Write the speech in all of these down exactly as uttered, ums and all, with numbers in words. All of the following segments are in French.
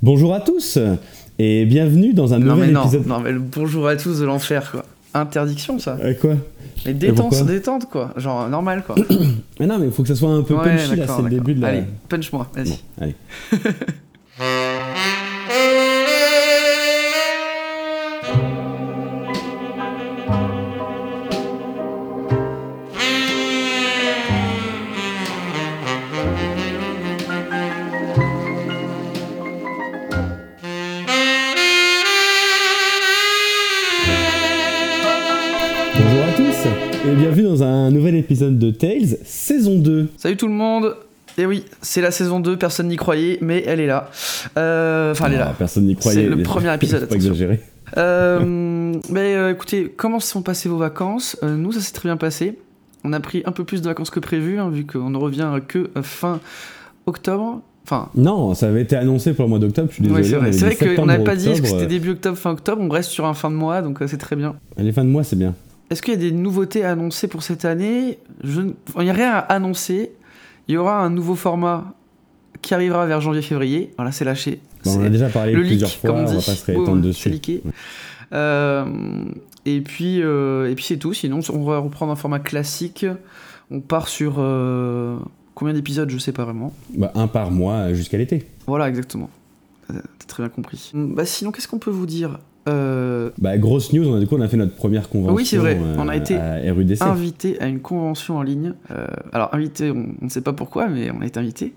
Bonjour à tous et bienvenue dans un non nouvel mais non, épisode. Non mais le bonjour à tous de l'enfer quoi. Interdiction ça. Euh, quoi Mais détente, détente quoi. Genre normal quoi. Mais non mais il faut que ça soit un peu ouais, punchy là, c'est le début de la... Allez, punch-moi, vas-y. Bon, allez. Bonjour à tous et bienvenue dans un nouvel épisode de Tales, saison deux. Salut tout le monde. Et oui, c'est la saison deux, personne n'y croyait, mais elle est là. Euh, Enfin, elle est Ah, là. personne n'y croyait. C'est le mais- premier épisode, faut pas attention. exagérer. Euh, mais euh, écoutez, comment se sont passées vos vacances? Euh, Nous, ça s'est très bien passé. On a pris un peu plus de vacances que prévu, hein, vu qu'on ne revient que euh, fin octobre. Enfin, Non, ça avait été annoncé pour le mois d'octobre, je suis désolé. ouais, c'est on vrai, avait c'est dit vrai qu'on septembre, n'avait pas dit est-ce que octobre. c'était début octobre, fin octobre. On reste sur un fin de mois, donc euh, c'est très bien. Les fins de mois, c'est bien. Est-ce qu'il y a des nouveautés à annoncer pour cette année? Je... ne- Il n'y a rien à annoncer. Il y aura un nouveau format qui arrivera vers janvier-février. Voilà, c'est lâché. Bon, on en a C'est déjà parlé le plusieurs leak, fois, comme on on va dit. pas se Ouais, réétendre ouais, dessus. c'est leaké. Euh, et puis, euh, et puis c'est tout. Sinon, on va reprendre un format classique. On part sur euh, combien d'épisodes? Je sais pas vraiment. Bah, un par mois jusqu'à l'été. Voilà, exactement. T'as très bien compris. Bah, sinon, qu'est-ce qu'on peut vous dire? Euh, Bah, grosse news, on a, du coup, on a fait notre première convention. Oui, c'est vrai, euh, on a été à R U D C. invité à une convention en ligne. Euh, alors, invité, on on ne sait pas pourquoi, mais on a été invité.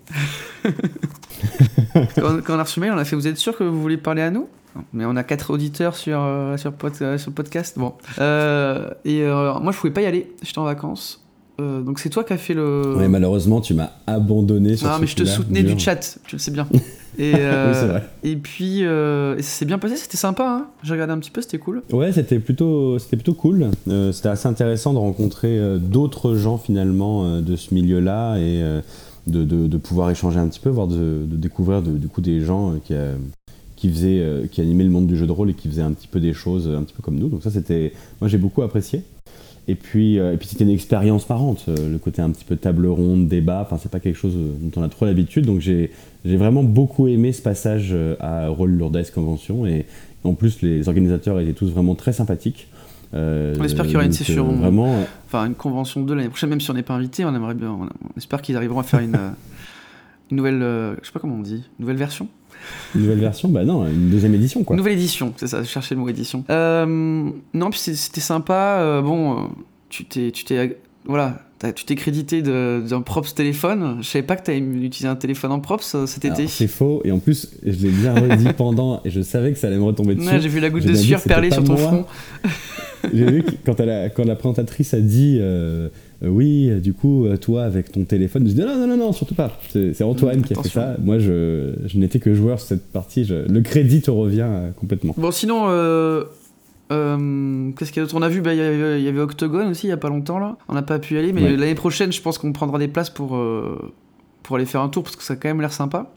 quand, quand on a reçu le mail, on a fait: vous êtes sûr que vous voulez parler à nous? Mais on a quatre auditeurs sur, euh, sur, pod- euh, sur le podcast. Bon. Euh, et euh, moi, je pouvais pas y aller, j'étais en vacances. Euh, donc, c'est toi qui as fait le. Ouais, malheureusement, tu m'as abandonné sur Non, ce mais je te coup-là, soutenais dur. du chat, tu le sais bien. Et, euh, Oui, c'est vrai. et puis, euh, et ça s'est bien passé, c'était sympa. Hein, j'ai regardé un petit peu, c'était cool. Ouais, c'était plutôt, c'était plutôt cool. Euh, c'était assez intéressant de rencontrer euh, d'autres gens finalement euh, de ce milieu-là et euh, de, de, de pouvoir échanger un petit peu, voire de, de découvrir de- du coup des gens euh, qui, euh, qui faisaient, euh, qui animaient le monde du jeu de rôle et qui faisaient un petit peu des choses un petit peu comme nous. Donc ça, c'était, moi j'ai beaucoup apprécié. Et puis, euh, et puis c'était une expérience marrante, euh, le côté un petit peu table ronde, débat. Enfin, c'est pas quelque chose euh, dont on a trop l'habitude. Donc j'ai, j'ai vraiment beaucoup aimé ce passage euh, à Rôle Lourdes Convention et en plus les organisateurs étaient tous vraiment très sympathiques. Euh, On espère qu'il y aura une donc, session. euh, vraiment. euh, Enfin, une convention de l'année prochaine, même si on n'est pas invité, on aimerait bien. On, on espère qu'ils arriveront à faire une, euh, une nouvelle. euh, je sais pas comment on dit. Une nouvelle version. Une nouvelle version, bah non, une deuxième édition quoi. Une nouvelle édition, c'est ça, je cherchais le mot édition. Euh, non, puis c'est- c'était sympa. euh, bon, euh, tu t'es. Tu t'es voilà. t'as- Tu t'es crédité de- d'un props téléphone. Je savais pas que tu allais utiliser un téléphone en props euh, cet Alors, été. c'est faux, et en plus, je l'ai bien redit pendant, et je savais que ça allait me retomber dessus. Ouais, j'ai vu la goutte Je de m'ai dit sueur que c'était perler pas sur ton moi. front. J'ai vu que quand, elle a- quand la présentatrice a dit euh, euh, oui, euh, du coup, euh, toi avec ton téléphone, je dis non, non, non, non, surtout pas. C'est, c'est Antoine Mmh, qui a fait attention. ça. Moi, je, je n'étais que joueur sur cette partie. Je- le crédit te revient euh, complètement. Bon, sinon, euh, euh, qu'est-ce qu'il y a d'autre? On a vu, bah, il y avait- il y avait Octogone aussi, il y a pas longtemps, là. On n'a pas pu y aller, mais Ouais. l'année prochaine, je pense qu'on prendra des places pour, euh, pour aller faire un tour, parce que ça a quand même l'air sympa.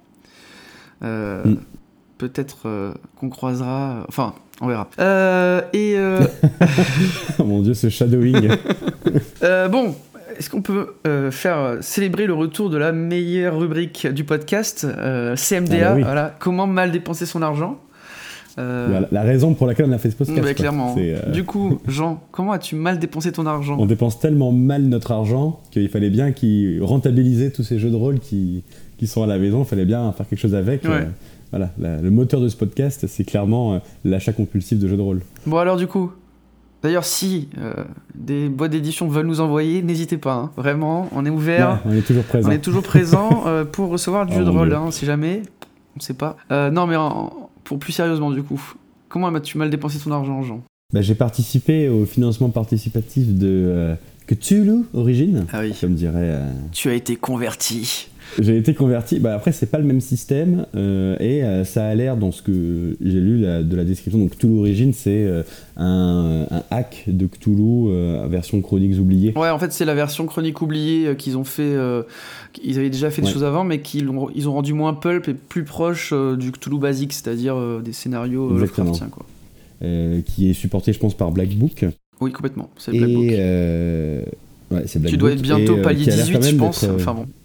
Euh, Mm. Peut-être euh, qu'on croisera... Enfin, on verra. Euh, et... euh, Oh mon dieu, ce shadowing. euh, bon... Est-ce qu'on peut euh, faire euh, célébrer le retour de la meilleure rubrique du podcast, euh, C M D A, Ah bah oui. voilà, comment mal dépenser son argent? Euh, Voilà, la raison pour laquelle on a fait ce podcast. bah, quoi. clairement. C'est, euh, Du coup, Jean, comment as-tu mal dépensé ton argent? On dépense tellement mal notre argent qu'il fallait bien qu'ils rentabiliser tous ces jeux de rôle qui, qui sont à la maison. Il fallait bien faire quelque chose avec. Ouais. Euh, voilà, la- le moteur de ce podcast, c'est clairement euh, l'achat compulsif de jeux de rôle. Bon alors du coup, d'ailleurs si euh, des boîtes d'édition veulent nous envoyer, n'hésitez pas, hein. Vraiment, on est ouvert, Ouais, on est toujours présent. on est toujours présent euh, pour recevoir du Oh jeu de mon rôle, Dieu. hein, si jamais, on sait pas. Euh, non mais en- pour plus sérieusement du coup, comment as-tu mal dépensé ton argent, Jean? Bah, j'ai participé au financement participatif de euh, Cthulhu Origins, Ah oui. comme dirait. euh, Tu as été converti. J'ai été converti. Bah, après, c'est pas le même système euh, et euh, ça a l'air, dans ce que j'ai lu la- de la description, donc Cthulhu Origins, c'est euh, un, un hack de Cthulhu, euh, version Chroniques oubliées. Ouais, en fait c'est la version chronique oubliée euh, qu'ils ont fait, euh, ils avaient déjà fait des Ouais. choses avant, mais qu'ils l'ont, ils ont rendu moins pulp et plus proche euh, du Cthulhu basique, c'est-à-dire euh, des scénarios euh, Exactement. Lovecraftiens, quoi. Euh, qui est supporté, je pense, par Black Book. Oui, complètement, c'est le Black Book. Et euh, ouais, c'est Black Tu dois Book, être bientôt et, euh, palier qui a l'air dix-huit, quand même je pense. d'être, euh, Enfin bon.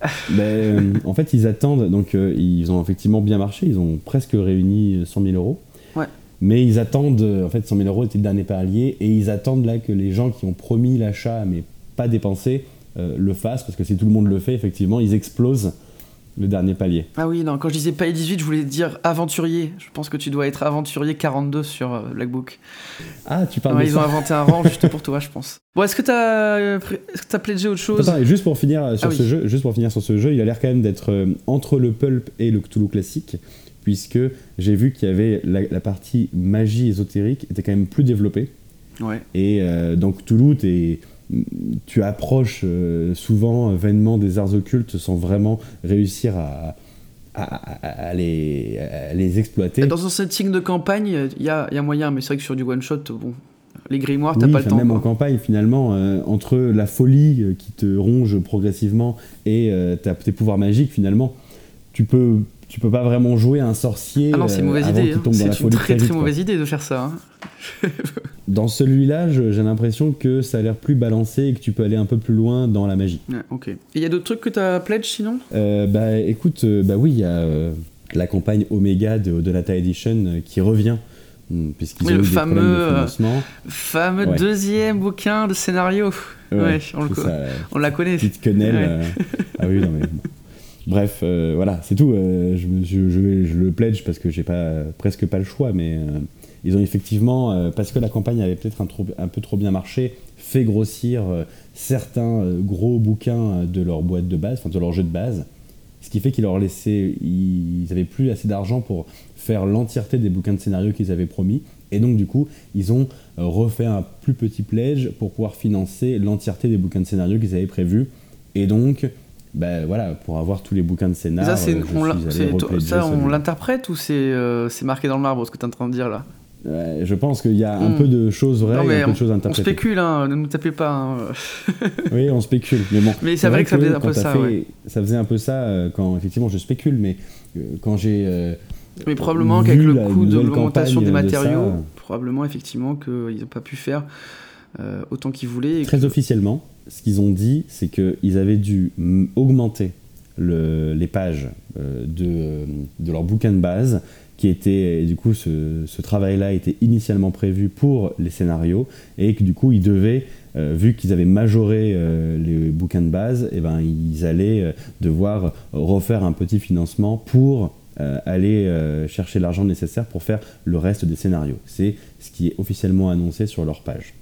Ben, euh, en fait, ils attendent, donc euh, ils ont effectivement bien marché, ils ont presque réuni cent mille euros. Ouais. Mais ils attendent, en fait, cent mille euros était le dernier palier, et ils attendent là que les gens qui ont promis l'achat mais pas dépensé euh, le fassent, parce que si tout le monde le fait, effectivement, ils explosent le dernier palier. Ah oui, non, quand je disais palier dix-huit, je voulais dire aventurier. Je pense que tu dois être aventurier quarante-deux sur euh, Blackbook. Ah, tu parles Ouais, de ils ça. ont inventé un rang juste pour toi, je pense. Bon, est-ce que t'as, euh, pré- est-ce que t'as pledgé autre chose? Attends, et juste pour finir sur Ah ce oui. jeu, juste pour finir sur ce jeu, il a l'air quand même d'être euh, entre le pulp et le Cthulhu classique, puisque j'ai vu qu'il y avait la, la partie magie ésotérique était quand même plus développée. Ouais. Et euh, dans Cthulhu, t'es, tu approches euh, souvent euh, vainement des arts occultes sans vraiment réussir à, à, à, à les, à les exploiter. Dans un setting de campagne, il y a, y a moyen, mais c'est vrai que sur du one-shot, bon, les grimoires, t'as Oui, pas le temps. même Quoi. en campagne, finalement, euh, entre la folie euh, qui te ronge progressivement et euh, ta- tes pouvoirs magiques, finalement, tu peux, tu peux pas vraiment jouer un sorcier Ah non, c'est une mauvaise euh, avant idée. qu'il Hein. tombe dans la C'est une folie très très très vite, quoi. mauvaise idée de faire ça. Hein. Dans celui-là, je- j'ai l'impression que ça a l'air plus balancé et que tu peux aller un peu plus loin dans la magie. Ouais, ok. Et il y a d'autres trucs que t'as pledge sinon? Euh, bah écoute, euh, bah oui, il y a euh, la campagne Omega de Odonata Edition euh, qui revient, hum, puisqu'ils Oui, ont le eu des fameux, problèmes de euh, financement. Fameux Ouais. deuxième bouquin de scénario. Ouais, Ouais, on, le c'est co- ça, on la connaît. petite quenelle. Ouais. euh, Ah oui, non mais bon. Bref, euh, voilà, c'est tout. euh, je, je, je, je le pledge parce que j'ai pas, presque pas le choix, mais euh, ils ont effectivement, euh, parce que la campagne avait peut-être un, trop- un peu trop bien marché, fait grossir euh, certains euh, gros bouquins de leur boîte de base, enfin de leur jeu de base, ce qui fait qu'ils leur laissaient, ils avaient plus assez d'argent pour faire l'entièreté des bouquins de scénario qu'ils avaient promis, et donc du coup, ils ont euh, refait un plus petit pledge pour pouvoir financer l'entièreté des bouquins de scénario qu'ils avaient prévus, et donc ben voilà, pour avoir tous les bouquins de scénar, Ça, c'est, euh, je on, l'a- suis allé c'est- repledger ça, on celui-là. l'interprète ou c'est, euh, c'est marqué dans le marbre ce que t'es en train de dire là? Ouais, je pense qu'il y a un Hmm. peu de choses vraies Non, et mais un peu de choses on interprétées. spécule, hein, ne nous tapez pas. Hein. Oui, on spécule, mais bon. Mais c'est vrai que ça faisait un quand peu t'as ça, fait- ouais. Ça faisait un peu ça euh, quand, effectivement, je spécule, mais euh, quand j'ai... euh, Mais probablement vu qu'avec le la coût de nouvelle l'augmentation des campagne de matériaux, ça, probablement effectivement qu'ils n'ont pas pu faire euh, autant qu'ils voulaient. et Très que- officiellement, ce qu'ils ont dit, c'est qu'ils avaient dû mm, augmenter le- les pages euh, de, de leur bouquin de base, qui était, et du coup, ce, ce travail-là était initialement prévu pour les scénarios, et que du coup, ils devaient, euh, vu qu'ils avaient majoré euh, les bouquins de base, et ben, ils allaient euh, devoir refaire un petit financement pour euh, aller euh, chercher l'argent nécessaire pour faire le reste des scénarios. C'est ce qui est officiellement annoncé sur leur page.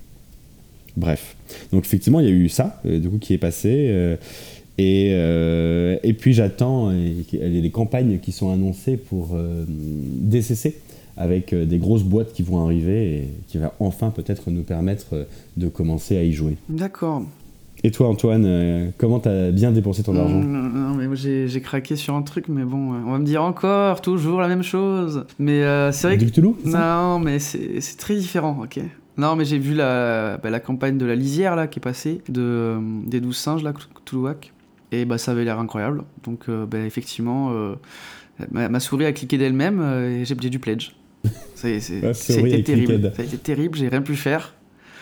Bref, donc effectivement il y a eu ça euh, du coup qui est passé euh, et, euh, et puis j'attends euh, les campagnes qui sont annoncées pour euh, D C C avec euh, des grosses boîtes qui vont arriver et qui va enfin peut-être nous permettre euh, de commencer à y jouer. D'accord. Et toi Antoine, euh, comment t'as bien dépensé ton argent? Mmh, non, mais moi j'ai, j'ai craqué sur un truc, mais bon, euh, on va me dire encore, toujours la même chose. Mais euh, c'est vrai Du que. Cthulhu, c'est ça Non, mais c'est, c'est très différent, ok. Non, mais j'ai vu la, bah, la campagne de la lisière là qui est passée, de, euh, des douze singes là, Cthulhuac. Et bah ça avait l'air incroyable. Donc euh, bah, effectivement, euh, ma, ma souris a cliqué d'elle-même euh, et j'ai, j'ai du pledge. C'est, c'est, La ça a souris été a cliqué terrible. d'elle. Ça a été terrible, j'ai rien pu faire.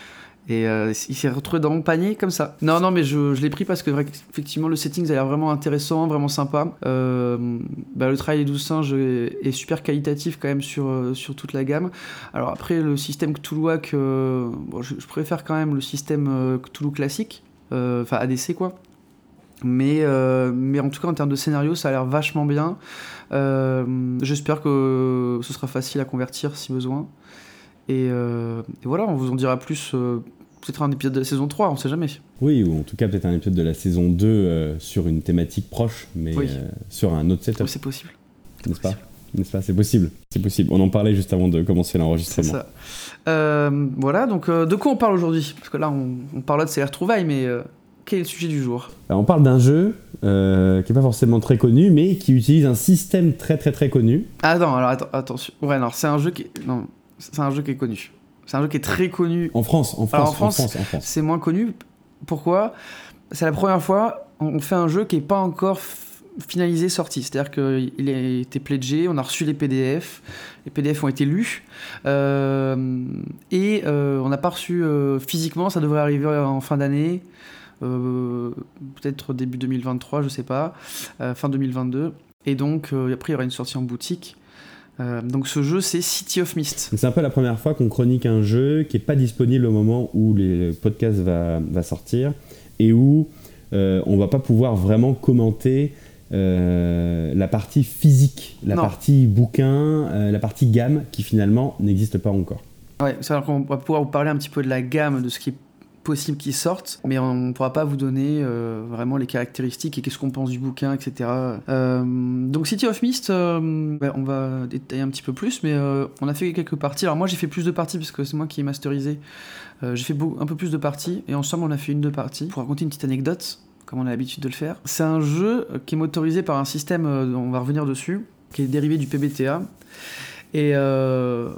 Et euh, il s'est retrouvé dans mon panier comme ça. Non, non, mais je, je l'ai pris parce que vrai, effectivement le setting ça a l'air vraiment intéressant, vraiment sympa. Euh, bah, le travail des douze singes est, est super qualitatif quand même sur, euh, sur toute la gamme. Alors après le système Cthulhuac, euh, bon, je, je préfère quand même le système euh, Cthulhu classique, euh, enfin A D C quoi. Mais, euh, mais en tout cas en termes de scénario ça a l'air vachement bien. Euh, j'espère que ce sera facile à convertir si besoin. Et, euh, et voilà, on vous en dira plus, euh, peut-être un épisode de la saison trois, on sait jamais. Oui, ou en tout cas peut-être un épisode de la saison deux euh, sur une thématique proche, mais Oui. euh, sur un autre setup, Mais c'est possible. n'est-ce pas? N'est-ce pas? C'est possible, c'est possible. On en parlait juste avant de commencer C'est l'enregistrement. ça. Euh, voilà, donc euh, de quoi on parle aujourd'hui? Parce que là, on, on parle de ces retrouvailles, mais euh, quel est le sujet du jour? Alors, on parle d'un jeu euh, qui n'est pas forcément très connu, mais qui utilise un système très très très connu. Ah non, alors attends, attention. Ouais, non, c'est un jeu qui est... Non, c'est un jeu qui est connu. C'est un jeu qui est très connu. En France, en France, Alors, en en France, France, en France. C'est moins connu. Pourquoi? C'est la première fois on fait un jeu qui n'est pas encore f- finalisé, sorti. C'est-à-dire qu'il a été pledgé, on a reçu les P D F, les P D F ont été lus, euh, et euh, on n'a pas reçu euh, physiquement, ça devrait arriver en fin d'année, euh, peut-être début deux mille vingt-trois, je sais pas, euh, fin deux mille vingt-deux. Et donc, euh, après, il y aura une sortie en boutique. Euh, donc ce jeu, c'est City of Mist. C'est un peu la première fois qu'on chronique un jeu qui n'est pas disponible au moment où le podcast va, va sortir et où euh, on ne va pas pouvoir vraiment commenter euh, la partie physique, la non. partie bouquin, euh, la partie gamme qui finalement n'existe pas encore. Ouais, c'est-à-dire qu'on va pouvoir vous parler un petit peu de la gamme, de ce qui est possible qu'ils sortent, mais on ne pourra pas vous donner euh, vraiment les caractéristiques et qu'est-ce qu'on pense du bouquin, et cetera. Euh, donc City of Mist, euh, bah, on va détailler un petit peu plus, mais euh, on a fait quelques parties. Alors moi j'ai fait plus de parties parce que c'est moi qui ai masterisé. Euh, j'ai fait beau, un peu plus de parties et ensemble on a fait une de parties. Pour raconter une petite anecdote, comme on a l'habitude de le faire. C'est un jeu qui est motorisé par un système, euh, on va revenir dessus, qui est dérivé du P B T A. Et... Euh,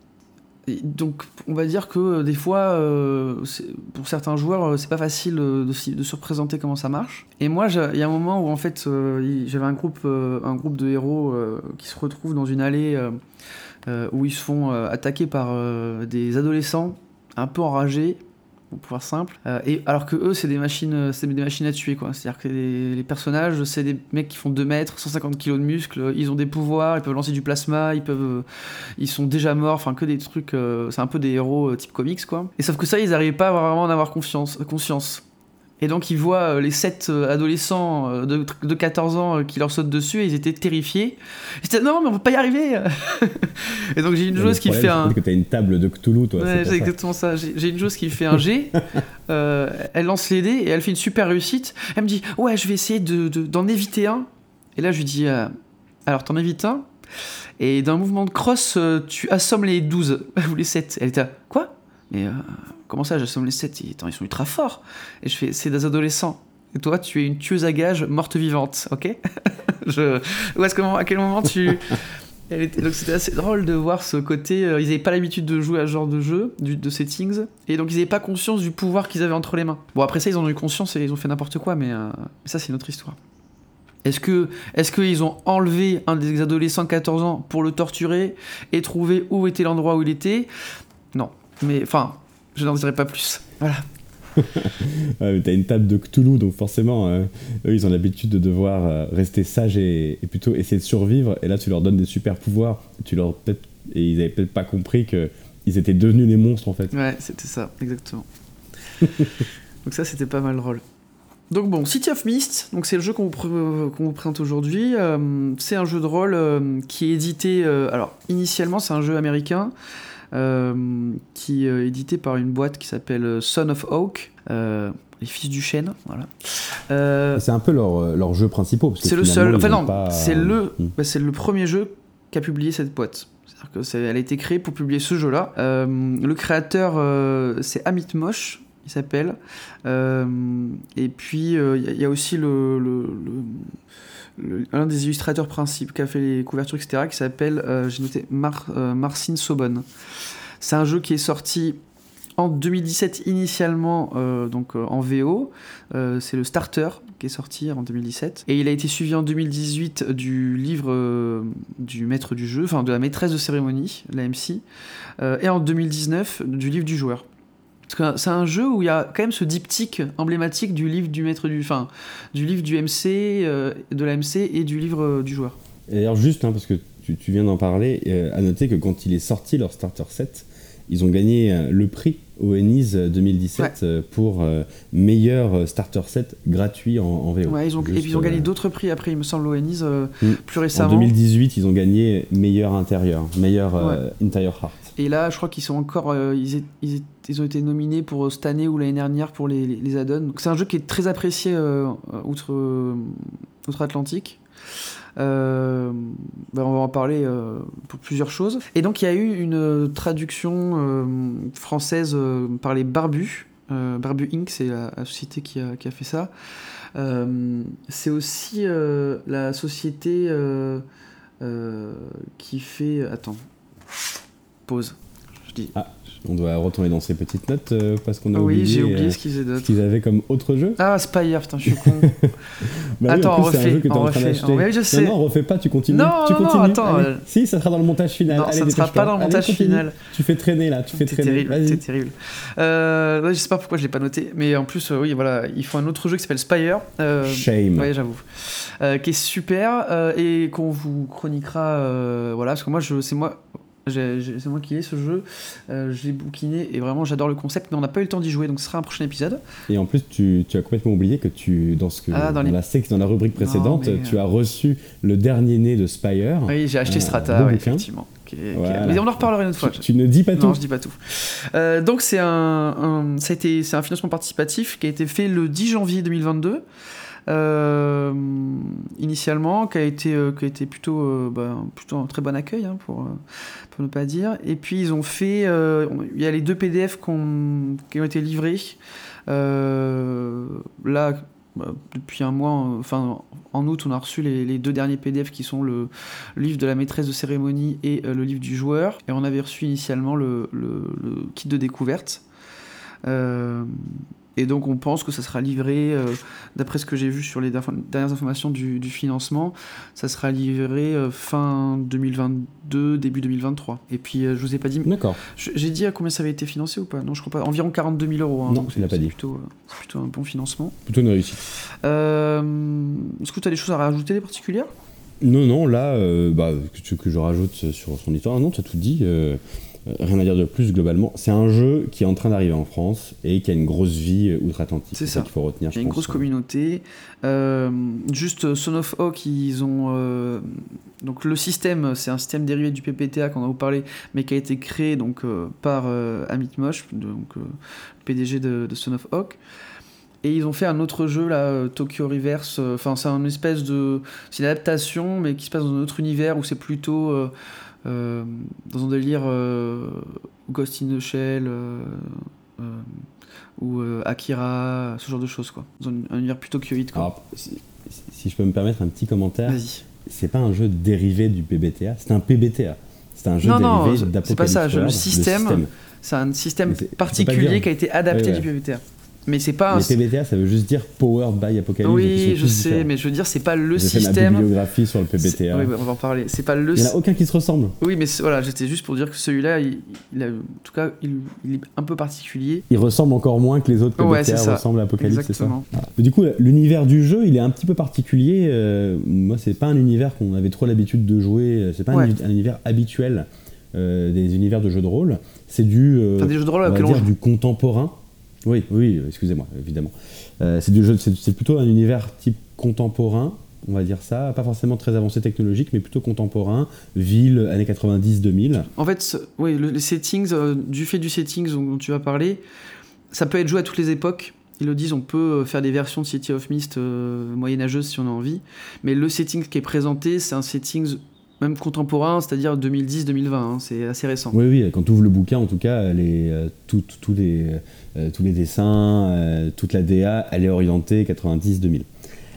Et donc, on va dire que euh, des fois, euh, pour certains joueurs, euh, c'est pas facile euh, de, de se représenter comment ça marche. Et moi, il y a un moment où en fait, euh, j'avais un groupe, euh, un groupe de héros euh, qui se retrouvent dans une allée euh, euh, où ils se font euh, attaquer par euh, des adolescents un peu enragés. Pour faire simple, euh, et alors que eux c'est des machines, c'est des machines à tuer quoi. C'est-à-dire que les, les personnages c'est des mecs qui font deux mètres, cent cinquante kilos de muscles, ils ont des pouvoirs, ils peuvent lancer du plasma, ils peuvent, ils sont déjà morts, enfin que des trucs, euh, c'est un peu des héros euh, type comics quoi. Et sauf que ça ils n'arrivaient pas vraiment à en avoir confiance, conscience. Et donc ils voient euh, les sept euh, adolescents euh, de, de quatorze ans euh, qui leur sautent dessus et ils étaient terrifiés. Ils étaient non mais on peut pas y arriver. Et donc j'ai une joueuse qui fait un... C'est que t'as une table de Cthulhu toi. Ouais, c'est, c'est exactement ça. J'ai, j'ai une joueuse qui fait un G, euh, elle lance les dés et elle fait une super réussite. Elle me dit ouais je vais essayer de, de, d'en éviter un. Et là je lui dis euh, alors t'en évites un et d'un mouvement de crosse euh, tu assommes les douze ou les sept. Elle était là, quoi mais... Euh... Comment ça, j'assomme les sept? Attends, ils sont ultra forts. Et je fais, c'est des adolescents. Et toi, tu es une tueuse à gages morte vivante, ok? je... Où est-ce que, à quel moment tu... Elle était... Donc c'était assez drôle de voir ce côté... Euh, ils n'avaient pas l'habitude de jouer à ce genre de jeu, du, de settings, et donc ils n'avaient pas conscience du pouvoir qu'ils avaient entre les mains. Bon, après ça, ils en ont eu conscience et ils ont fait n'importe quoi, mais euh, ça, c'est une autre histoire. Est-ce que, est-ce qu'ils ont enlevé un des adolescents de quatorze ans pour le torturer et trouver où était l'endroit où il était? Non. Mais, enfin... Je n'en dirai pas plus. Voilà. Ouais, t'as une table de Cthulhu, donc forcément, euh, eux, ils ont l'habitude de devoir euh, rester sages et, et plutôt essayer de survivre. Et là, tu leur donnes des super pouvoirs. Tu leur peut-être, et ils avaient peut-être pas compris qu'ils étaient devenus les monstres, en fait. Ouais, c'était ça, exactement. Donc ça, c'était pas mal drôle. Donc bon, City of Mist, donc c'est le jeu qu'on vous, pr- qu'on vous présente aujourd'hui. Euh, c'est un jeu de rôle euh, qui est édité... Euh, alors, initialement, c'est un jeu américain. Euh, qui est euh, édité par une boîte qui s'appelle Son of Oak, euh, les fils du chêne, voilà. Euh, c'est un peu leur, leur jeu principal. Parce que c'est le seul, enfin non, pas... c'est, le, mmh. bah, c'est le premier jeu qu'a publié cette boîte. C'est-à-dire que c'est, elle a été créée pour publier ce jeu-là. Euh, le créateur, euh, c'est Amit Mosh, il s'appelle. Euh, et puis, il euh, y, y a aussi le... le, le Le, un des illustrateurs principaux qui a fait les couvertures, et cetera, qui s'appelle, euh, j'ai noté, Mar, euh, Marcin Sobon. C'est un jeu qui est sorti en deux mille dix-sept initialement, euh, donc euh, en V O. Euh, c'est le Starter qui est sorti en deux mille dix-sept. Et il a été suivi en deux mille dix-huit du livre euh, du maître du jeu, enfin de la maîtresse de cérémonie, la M C. Euh, et en deux mille dix-neuf du livre du joueur. Parce que c'est un jeu où il y a quand même ce diptyque emblématique du livre du maître du, enfin, du livre du M C, euh, de la M C et du livre euh, du joueur. Et d'ailleurs juste, hein, parce que tu, tu viens d'en parler, euh, à noter que quand il est sorti leur starter set, ils ont gagné euh, le prix au Ennis deux mille dix-sept ouais. euh, pour euh, meilleur starter set gratuit en, en V O. Ouais, ils ont, juste, et puis ils ont gagné euh... d'autres prix après, il me semble, au Ennis euh, mmh. plus récemment. En deux mille dix-huit, ils ont gagné meilleur intérieur, meilleur euh, ouais. Interior Art. Et là, je crois qu'ils sont encore, euh, ils, est, ils, est, ils ont été nominés pour cette année ou l'année dernière pour les, les, les add-ons. Donc c'est un jeu qui est très apprécié euh, outre, euh, outre-Atlantique. Euh, ben on va en parler euh, pour plusieurs choses. Et donc il y a eu une traduction euh, française euh, par les Barbus. Euh, Barbu Incorporated, c'est la, la société qui a, qui a fait ça. Euh, c'est aussi euh, la société euh, euh, qui fait... Attends. Pause. dis. Ah, on doit retourner dans ces petites notes euh, parce qu'on a oui, oublié, j'ai oublié euh, ce qu'ils faisaient d'autre. ce qu'ils avaient comme autre jeu. Ah, Spire, putain, je suis con. Bah Attends, oui, en on plus, c'est un refait, jeu que t'es on en train refait. d'acheter. Oui, je sais. Non, non, refais pas, tu continues. Non, tu non, non, continues. attends, Allez. euh, Si, ça sera dans le montage final. Non, Allez, ça ne sera dépêche-toi. pas dans le Allez, montage continue. final. Tu fais traîner là, tu fais C'est traîner. terrible, Vas-y. c'est terrible. Euh, ouais, je sais pas pourquoi je l'ai pas noté, mais en plus, euh, oui, voilà, ils font un autre jeu qui s'appelle Spire. Euh, Shame. Ouais, j'avoue. Euh, qui est super euh, et qu'on vous chroniquera, euh, voilà, parce que moi, je, c'est moi. J'ai, j'ai, c'est moi qui ai ce jeu, euh, je l'ai bouquiné et vraiment j'adore le concept, mais on n'a pas eu le temps d'y jouer, donc ce sera un prochain épisode. Et en plus, tu, tu as complètement oublié que tu, dans, ce que, Ah, dans dans, les- la sec, dans la rubrique précédente, Non, mais, tu as reçu le dernier né de Spire. Oui, j'ai acheté Euh, Strata, beau ouais, bouquin. effectivement. Qui est- qui est- Voilà. Mais on en reparlera une autre fois. Tu, tu ne dis pas Non, tout. je dis pas tout. Euh, donc c'est un, un, ça a été, c'est un financement participatif qui a été fait le dix janvier deux mille vingt-deux. Euh, initialement, qui a été, euh, qui a été plutôt, euh, bah, plutôt un très bon accueil, hein, pour, euh, pour ne pas dire. Et puis ils ont fait, euh, il y a les deux P D F qu'on- qui ont été livrés. Euh, là, bah, depuis un mois, euh, enfin en août, on a reçu les, les deux derniers P D F qui sont le, le livre de la maîtresse de cérémonie et euh, le livre du joueur. Et on avait reçu initialement le, le, le kit de découverte. Euh, et donc on pense que ça sera livré, euh, d'après ce que j'ai vu sur les daf- dernières informations du, du financement, ça sera livré euh, fin deux mille vingt-deux, début deux mille vingt-trois. Et puis euh, je vous ai pas dit, D'accord. je- j'ai dit à combien ça avait été financé ou pas? Non, je crois pas. Environ quarante-deux mille euros. Hein, Non, donc tu l'as c'est- pas c'est dit. Plutôt, euh, c'est plutôt un bon financement. Plutôt une réussite. Euh, Est-ce que tu as des choses à rajouter, des particulières? Non, non, là, euh, bah, que, tu- que je rajoute sur son histoire, non, tu as tout dit. euh, euh, rien à dire de plus, globalement. C'est un jeu qui est en train d'arriver en France et qui a une grosse vie euh, outre-Atlantique. C'est C'est ça. ça qu'il faut retenir. Il y a je une pense. grosse communauté. Euh, juste Son of Hawk, ils ont. euh, donc le système, c'est un système dérivé du P P T A qu'on a vous parlé, mais qui a été créé donc, euh, par euh, Amit Mosh, donc, euh, P D G de, de Son of Hawk. Et ils ont fait un autre jeu, là, euh, Tokyo Reverse. Enfin, c'est une espèce de. C'est une adaptation, mais qui se passe dans un autre univers où c'est plutôt. Euh, euh, dans un délire euh, Ghost in the Shell. Euh, euh, ou euh, Akira, ce genre de choses, quoi. Dans un, un univers plutôt Kyohit, quoi. Alors, si, si je peux me permettre un petit commentaire, Vas-y. c'est pas un jeu dérivé du P B T A, c'est un P B T A. C'est un jeu Non, non, dérivé c'est- d'Apocalypse c'est pas ça, je- le World, système, C'est un système Mais c'est- tu peux particulier pas dire. qui a été adapté Ouais, ouais. du P B T A. Mais c'est pas un... Les P B T A, ça veut juste dire Powered by Apocalypse. donc ils Oui, sont je tous sais, différents. mais je veux dire, c'est pas le J'ai fait ma système... bibliographie sur le P B T C'est- A. Oui, bah, on va en parler. C'est pas le... Il n'y en a aucun qui se ressemble. Oui, mais c'est- voilà, j'étais juste pour dire que celui-là, il, il a, en tout cas, il, il est un peu particulier. Il ressemble encore moins que les autres P B T A Ouais, c'est ça. ressemblent à Apocalypse, c'est ça. Exactement. Voilà. Mais du coup, l'univers du jeu, il est un petit peu particulier. Euh, moi, c'est pas un univers qu'on avait trop l'habitude de jouer. C'est pas Ouais. un, un univers habituel euh, des univers de jeux de rôle. C'est du, euh, Enfin, des jeux de rôle on va auxquels on dire joue. du contemporain. Oui, oui, excusez-moi, évidemment. Euh, c'est du jeu, c'est, c'est plutôt un univers type contemporain, on va dire ça, pas forcément très avancé technologique, mais plutôt contemporain, ville, années quatre-vingt-dix deux mille. En fait, ce- oui, le- les settings, euh, du fait du settings dont, dont tu vas parler, ça peut être joué à toutes les époques. Ils le disent, on peut euh, faire des versions de City of Mist euh, moyenâgeuses si on a envie. Mais le setting qui est présenté, c'est un setting même contemporain, c'est-à-dire deux mille dix deux mille vingt. Hein, c'est assez récent. Oui, oui, quand tu ouvres le bouquin, en tout cas, les, euh, tout- tout- tous les, euh, tous les dessins, euh, toute la D A, elle est orientée quatre-vingt-dix deux mille.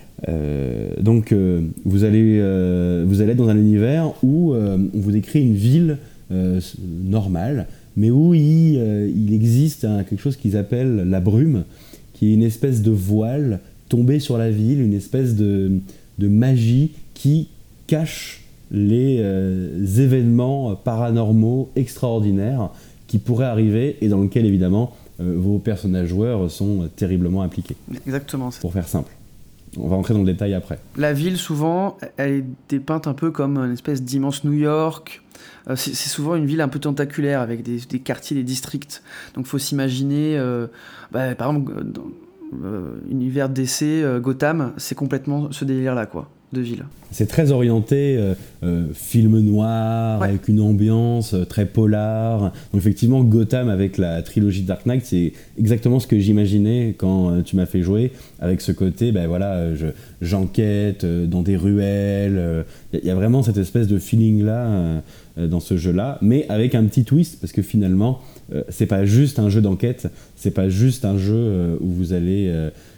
Euh, donc, euh, vous, allez, euh, vous allez être dans un univers où euh, on vous décrit une ville euh, s- normale, mais où il, euh, il existe hein, quelque chose qu'ils appellent la brume, qui est une espèce de voile tombé sur la ville, une espèce de, de magie qui cache les euh, événements paranormaux extraordinaires qui pourraient arriver et dans lequel évidemment euh, vos personnages joueurs sont terriblement impliqués. Exactement. c'est- Pour faire simple. On va rentrer dans le détail après. La ville, souvent, elle est dépeinte un peu comme une espèce d'immense New York. Euh, c'est, c'est souvent une ville un peu tentaculaire avec des, des quartiers, des districts. Donc, il faut s'imaginer, euh, bah, par exemple, dans euh, l'univers D C, euh, Gotham, c'est complètement ce délire-là, quoi, de ville. C'est très orienté euh, euh, film noir, Ouais. avec une ambiance euh, très polar. Donc effectivement, Gotham avec la trilogie Dark Knight, c'est exactement ce que j'imaginais quand euh, tu m'as fait jouer, avec ce côté, ben voilà, euh, je, j'enquête euh, dans des ruelles. Il y, y a vraiment cette espèce de feeling-là euh, euh, dans ce jeu-là, mais avec un petit twist, parce que finalement, euh, c'est pas juste un jeu d'enquête, c'est pas juste un jeu euh, où vous allez... euh,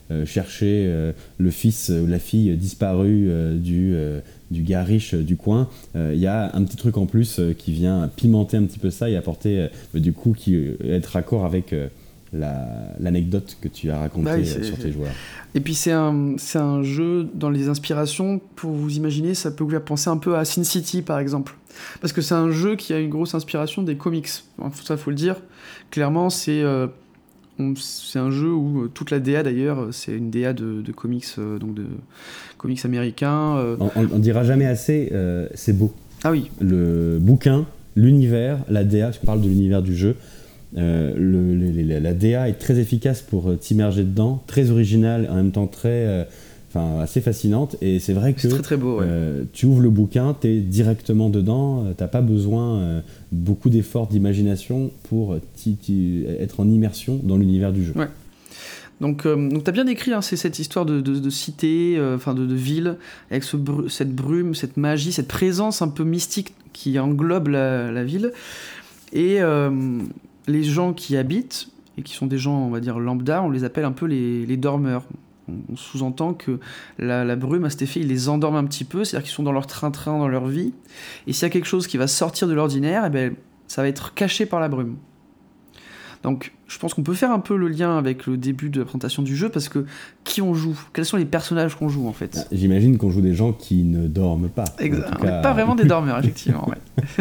euh, chercher euh, le fils ou la fille disparue euh, du, euh, du gars riche du coin. Il euh, y a un petit truc en plus euh, qui vient pimenter un petit peu ça et apporter euh, du coup qui euh, être raccord avec euh, la, l'anecdote que tu as racontée bah oui, euh, sur tes joueurs. Et puis c'est un, c'est un jeu dans les inspirations, pour vous imaginer, ça peut vous faire penser un peu à Sin City par exemple. Parce que c'est un jeu qui a une grosse inspiration des comics. Enfin, ça, faut le dire. Clairement, c'est, euh, on, c'est un jeu où euh, toute la D A d'ailleurs, c'est une D A de, de comics, euh, donc de comics américains. Euh... On, on, on dira jamais assez, euh, c'est beau. Ah oui. Le bouquin, l'univers, la D A, parce qu'on parle de l'univers du jeu. Euh, le, le, le, la D A est très efficace pour t'immerger dedans, très originale, en même temps très, euh, enfin, assez fascinante. Et c'est vrai que c'est très, très beau, ouais. euh, tu ouvres le bouquin, tu es directement dedans, euh, t'as pas besoin euh, beaucoup d'efforts d'imagination pour t'y, t'y, être en immersion dans l'univers du jeu. Ouais. Donc, euh, donc tu as bien décrit, hein, c'est cette histoire de, de, de cité, enfin euh, de, de ville, avec ce br- cette brume, cette magie, cette présence un peu mystique qui englobe la, la ville. Et euh, les gens qui y habitent, et qui sont des gens, on va dire, lambda, on les appelle un peu les, les dormeurs. On sous-entend que la, la brume, à cet effet, ils les endorment un petit peu, c'est-à-dire qu'ils sont dans leur train-train, dans leur vie, et s'il y a quelque chose qui va sortir de l'ordinaire, eh ben, ça va être caché par la brume. Donc, je pense qu'on peut faire un peu le lien avec le début de la présentation du jeu, parce que qui on joue ? Quels sont les personnages qu'on joue, en fait ? J'imagine qu'on joue des gens qui ne dorment pas. Exact. On n'est cas... pas vraiment des dormeurs, effectivement. Ouais.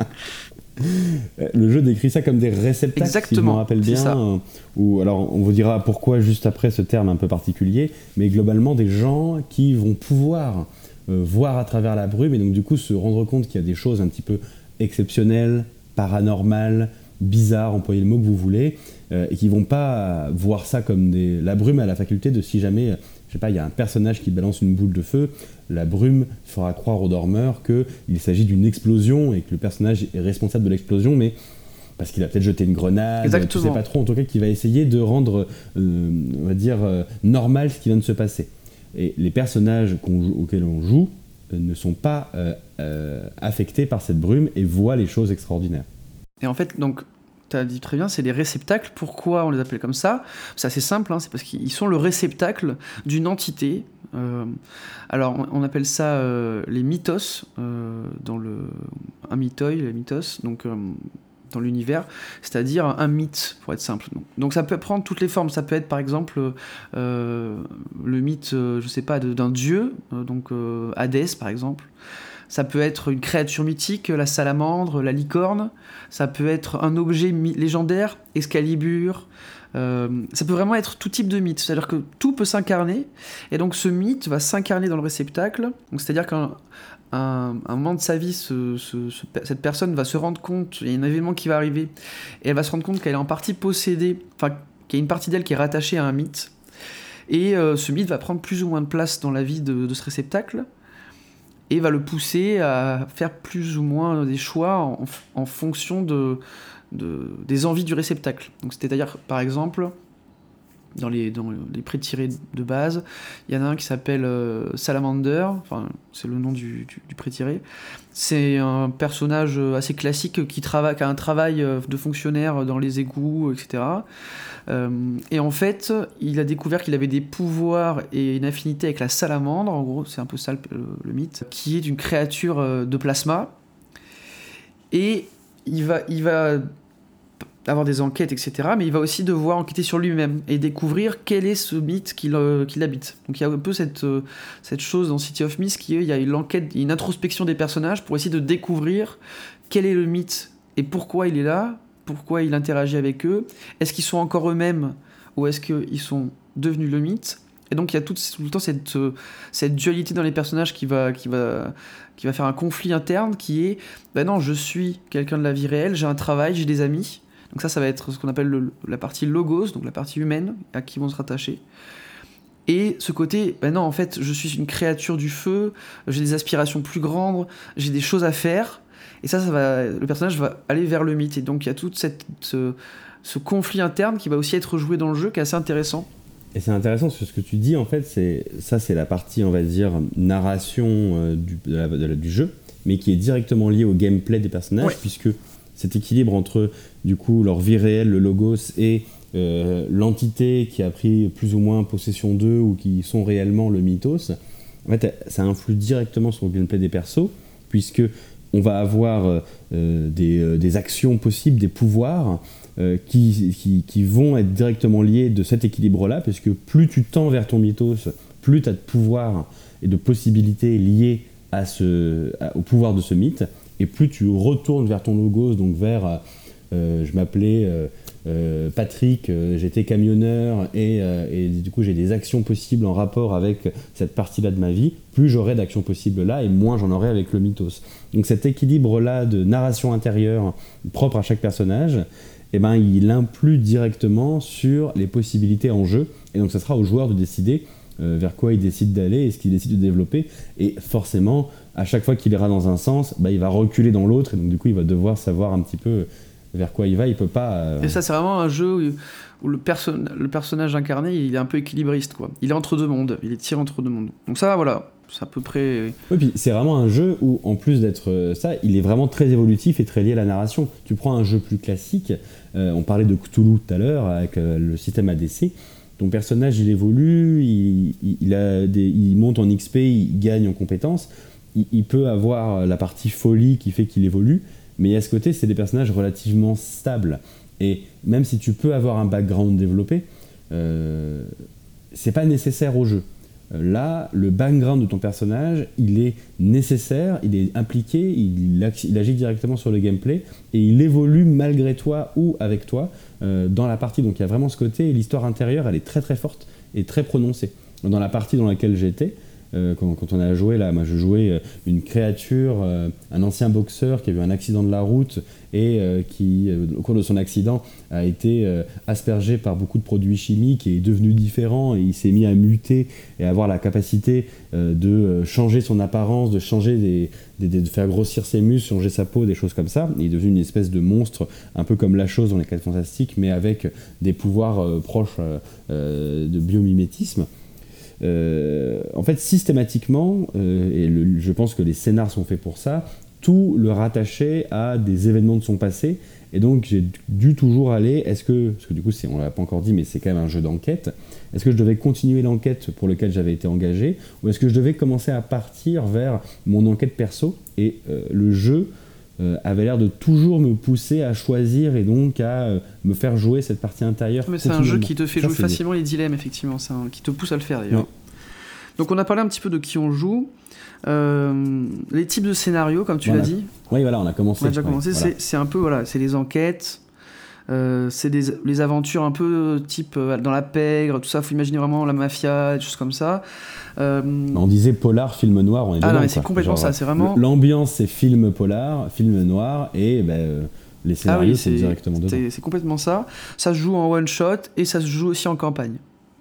Le jeu décrit ça comme des réceptacles, exactement, si je me rappelle bien. Ça. Euh, ou alors, on vous dira pourquoi juste après ce terme un peu particulier, mais globalement des gens qui vont pouvoir euh, voir à travers la brume et donc du coup se rendre compte qu'il y a des choses un petit peu exceptionnelles, paranormales, bizarres, employez le mot que vous voulez, euh, et qui vont pas voir ça comme des... La brume a la faculté de, si jamais, je sais pas, il y a un personnage qui balance une boule de feu, la brume fera croire aux dormeurs qu'il s'agit d'une explosion et que le personnage est responsable de l'explosion, mais parce qu'il a peut-être jeté une grenade, exactement. Tu sais pas trop, en tout cas qui va essayer de rendre, euh, on va dire, euh, normal ce qui vient de se passer. Et les personnages qu'on joue, auxquels on joue euh, ne sont pas euh, euh, affectés par cette brume et voient les choses extraordinaires. Et en fait, donc, tu as dit très bien, c'est des réceptacles. Pourquoi on les appelle comme ça ? C'est assez simple, hein, c'est parce qu'ils sont le réceptacle d'une entité. Euh, alors, on, on appelle ça euh, les mythos, euh, dans le, un mythoi, les mythos, donc euh, dans l'univers, c'est-à-dire un mythe, pour être simple. Donc, donc ça peut prendre toutes les formes. Ça peut être, par exemple, euh, le mythe, euh, je sais pas, de, d'un dieu, euh, donc euh, Hadès, par exemple. Ça peut être une créature mythique, la salamandre, la licorne. Ça peut être un objet mi- légendaire, Excalibur. Euh, ça peut vraiment être tout type de mythe. C'est-à-dire que tout peut s'incarner. Et donc ce mythe va s'incarner dans le réceptacle. Donc, c'est-à-dire qu'un un, un moment de sa vie, ce, ce, ce, cette personne va se rendre compte, il y a un événement qui va arriver, et elle va se rendre compte qu'elle est en partie possédée, enfin qu'il y a une partie d'elle qui est rattachée à un mythe. Et euh, ce mythe va prendre plus ou moins de place dans la vie de, de ce réceptacle. Et va le pousser à faire plus ou moins des choix en, en fonction de, de, des envies du réceptacle. Donc, c'est-à-dire, par exemple, dans les, dans les pré-tirés de base, il y en a un qui s'appelle euh, Salamander, enfin, c'est le nom du, du, du pré-tiré. C'est un personnage assez classique qui, trava- qui a un travail de fonctionnaire dans les égouts, et cetera. Euh, et en fait, il a découvert qu'il avait des pouvoirs et une affinité avec la salamandre, en gros, c'est un peu ça le, le, le mythe, qui est une créature de plasma. Et il va, il va avoir des enquêtes, et cetera, mais il va aussi devoir enquêter sur lui-même et découvrir quel est ce mythe qu'il, euh, qu'il habite. Donc il y a un peu cette, euh, cette chose dans City of Mist qui est, il y a une enquête, une introspection des personnages pour essayer de découvrir quel est le mythe et pourquoi il est là, pourquoi il interagit avec eux, est-ce qu'ils sont encore eux-mêmes ou est-ce qu'ils sont devenus le mythe. Et donc il y a tout, tout le temps cette, euh, cette dualité dans les personnages qui va, qui, va, qui va faire un conflit interne qui est, ben non, je suis quelqu'un de la vie réelle, j'ai un travail, j'ai des amis. Donc ça, ça va être ce qu'on appelle le, la partie logos, donc la partie humaine à qui vont se rattacher. Et ce côté, ben non, en fait, je suis une créature du feu, j'ai des aspirations plus grandes, j'ai des choses à faire. Et ça, ça va, le personnage va aller vers le mythe. Et donc il y a tout cette, ce, ce conflit interne qui va aussi être joué dans le jeu, qui est assez intéressant. Et c'est intéressant parce que ce que tu dis, en fait, c'est, ça c'est la partie, on va dire, narration euh, du, de la, de la, du jeu, mais qui est directement liée au gameplay des personnages, ouais. puisque cet équilibre entre du coup leur vie réelle, le logos, et euh, l'entité qui a pris plus ou moins possession d'eux ou qui sont réellement le mythos. En fait, ça influe directement sur le gameplay des persos, puisque on va avoir euh, des, euh, des actions possibles, des pouvoirs euh, qui, qui, qui vont être directement liés de cet équilibre-là, parce que plus tu tends vers ton mythos, plus tu as de pouvoirs et de possibilités liées à ce, à, au pouvoir de ce mythe, et plus tu retournes vers ton logos, donc vers euh, je m'appelais euh, euh, Patrick, euh, j'étais camionneur et, euh, et du coup j'ai des actions possibles en rapport avec cette partie-là de ma vie, plus j'aurai d'actions possibles là et moins j'en aurai avec le mythos. Donc cet équilibre-là de narration intérieure propre à chaque personnage, eh ben, il influe directement sur les possibilités en jeu, et donc ça sera au joueur de décider euh, vers quoi il décide d'aller et ce qu'il décide de développer, et forcément à chaque fois qu'il ira dans un sens, bah, il va reculer dans l'autre, et donc du coup il va devoir savoir un petit peu vers quoi il va, il peut pas... Euh... Et ça, c'est vraiment un jeu où, où le, perso- le personnage incarné, il est un peu équilibriste, quoi. Il est entre deux mondes, il est tiré entre deux mondes. Donc ça, voilà, c'est à peu près... Oui, puis c'est vraiment un jeu où, en plus d'être ça, il est vraiment très évolutif et très lié à la narration. Tu prends un jeu plus classique, euh, on parlait de Cthulhu tout à l'heure, avec euh, le système A D C, ton personnage, il évolue, il, il, il, a des, il monte en X P, il gagne en compétences, il, il peut avoir la partie folie qui fait qu'il évolue, mais à ce côté, c'est des personnages relativement stables. Et même si tu peux avoir un background développé, euh, c'est pas nécessaire au jeu. Là, le background de ton personnage, il est nécessaire, il est impliqué, il, il agit directement sur le gameplay, et il évolue malgré toi ou avec toi euh, dans la partie. Donc il y a vraiment ce côté, et l'histoire intérieure, elle est très très forte et très prononcée. Dans la partie dans laquelle j'étais, Euh, quand, quand on a joué là, moi je jouais euh, une créature, euh, un ancien boxeur qui a eu un accident de la route et euh, qui, euh, au cours de son accident, a été euh, aspergé par beaucoup de produits chimiques et est devenu différent, et il s'est mis à muter et à avoir la capacité euh, de euh, changer son apparence, de changer des, des, des, de faire grossir ses muscles, changer sa peau, des choses comme ça. Il est devenu une espèce de monstre, un peu comme la chose dans les Quatre Fantastiques, mais avec des pouvoirs euh, proches euh, euh, de biomimétisme. Euh, en fait, systématiquement, euh, et le, je pense que les scénars sont faits pour ça, tout le rattacher à des événements de son passé, et donc j'ai dû toujours aller, est-ce que, parce que du coup c'est, on l'a pas encore dit, mais c'est quand même un jeu d'enquête, est-ce que je devais continuer l'enquête pour laquelle j'avais été engagé, ou est-ce que je devais commencer à partir vers mon enquête perso, et euh, le jeu euh, avait l'air de toujours me pousser à choisir et donc à euh, me faire jouer cette partie intérieure. Mais c'est un jeu qui te fait ça, jouer facilement les dilemmes, effectivement, c'est un, qui te pousse à le faire d'ailleurs. Ouais. Donc on a parlé un petit peu de qui on joue, euh, les types de scénarios, comme tu voilà. l'as dit. Oui, voilà, on a commencé. On a déjà commencé, ouais, c'est, voilà. c'est un peu, voilà, c'est les enquêtes, euh, c'est des, les aventures un peu type euh, dans la pègre, tout ça, faut imaginer vraiment la mafia, des choses comme ça. Euh... On disait polar, film noir, on est ah dedans. Non, mais c'est quoi. complètement Genre, ça, c'est vraiment... L'ambiance, c'est film polar, film noir, et ben, euh, les scénarios, ah oui, c'est, c'est directement dedans. C'est, c'est complètement ça. Ça se joue en one-shot, et ça se joue aussi en campagne.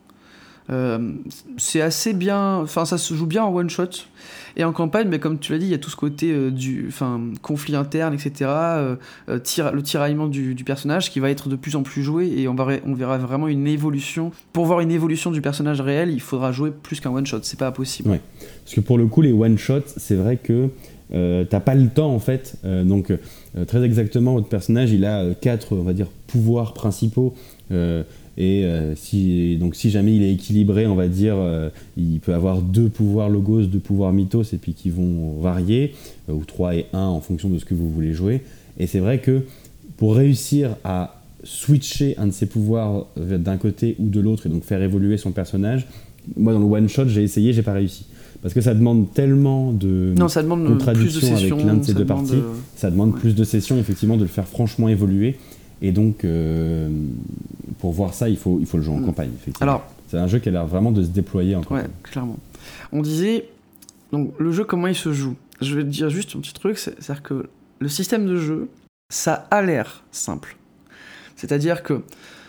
Euh, c'est assez bien, enfin ça se joue bien en one shot et en campagne, mais comme tu l'as dit, il y a tout ce côté euh, du, enfin conflit interne, et cetera. Euh, euh, tira, le tiraillement du, du personnage qui va être de plus en plus joué, et on, va, on verra vraiment une évolution. Pour voir une évolution du personnage réel, il faudra jouer plus qu'un one shot, c'est pas possible. Ouais. Parce que pour le coup, les one shots, c'est vrai que euh, t'as pas le temps en fait. Euh, donc euh, très exactement, votre personnage, il a euh, quatre, on va dire, pouvoirs principaux. Euh, Et euh, si, donc si jamais il est équilibré, on va dire, euh, il peut avoir deux pouvoirs logos, deux pouvoirs mythos, et puis qui vont varier, euh, ou trois et un en fonction de ce que vous voulez jouer. Et c'est vrai que pour réussir à switcher un de ces pouvoirs d'un côté ou de l'autre, et donc faire évoluer son personnage, moi dans le one-shot, j'ai essayé, j'ai pas réussi. Parce que ça demande tellement de non, ça demande contradictions plus de sessions, avec l'un de ces deux demande parties, de... ça demande ouais. plus de sessions, effectivement, de le faire franchement évoluer. Et donc, euh, pour voir ça, il faut, il faut le jouer en mmh. campagne, effectivement. Alors, c'est un jeu qui a l'air vraiment de se déployer en campagne. Ouais, clairement. On disait, donc, le jeu, comment il se joue ? Je vais te dire juste un petit truc, c'est, c'est-à-dire que le système de jeu, ça a l'air simple. C'est-à-dire que,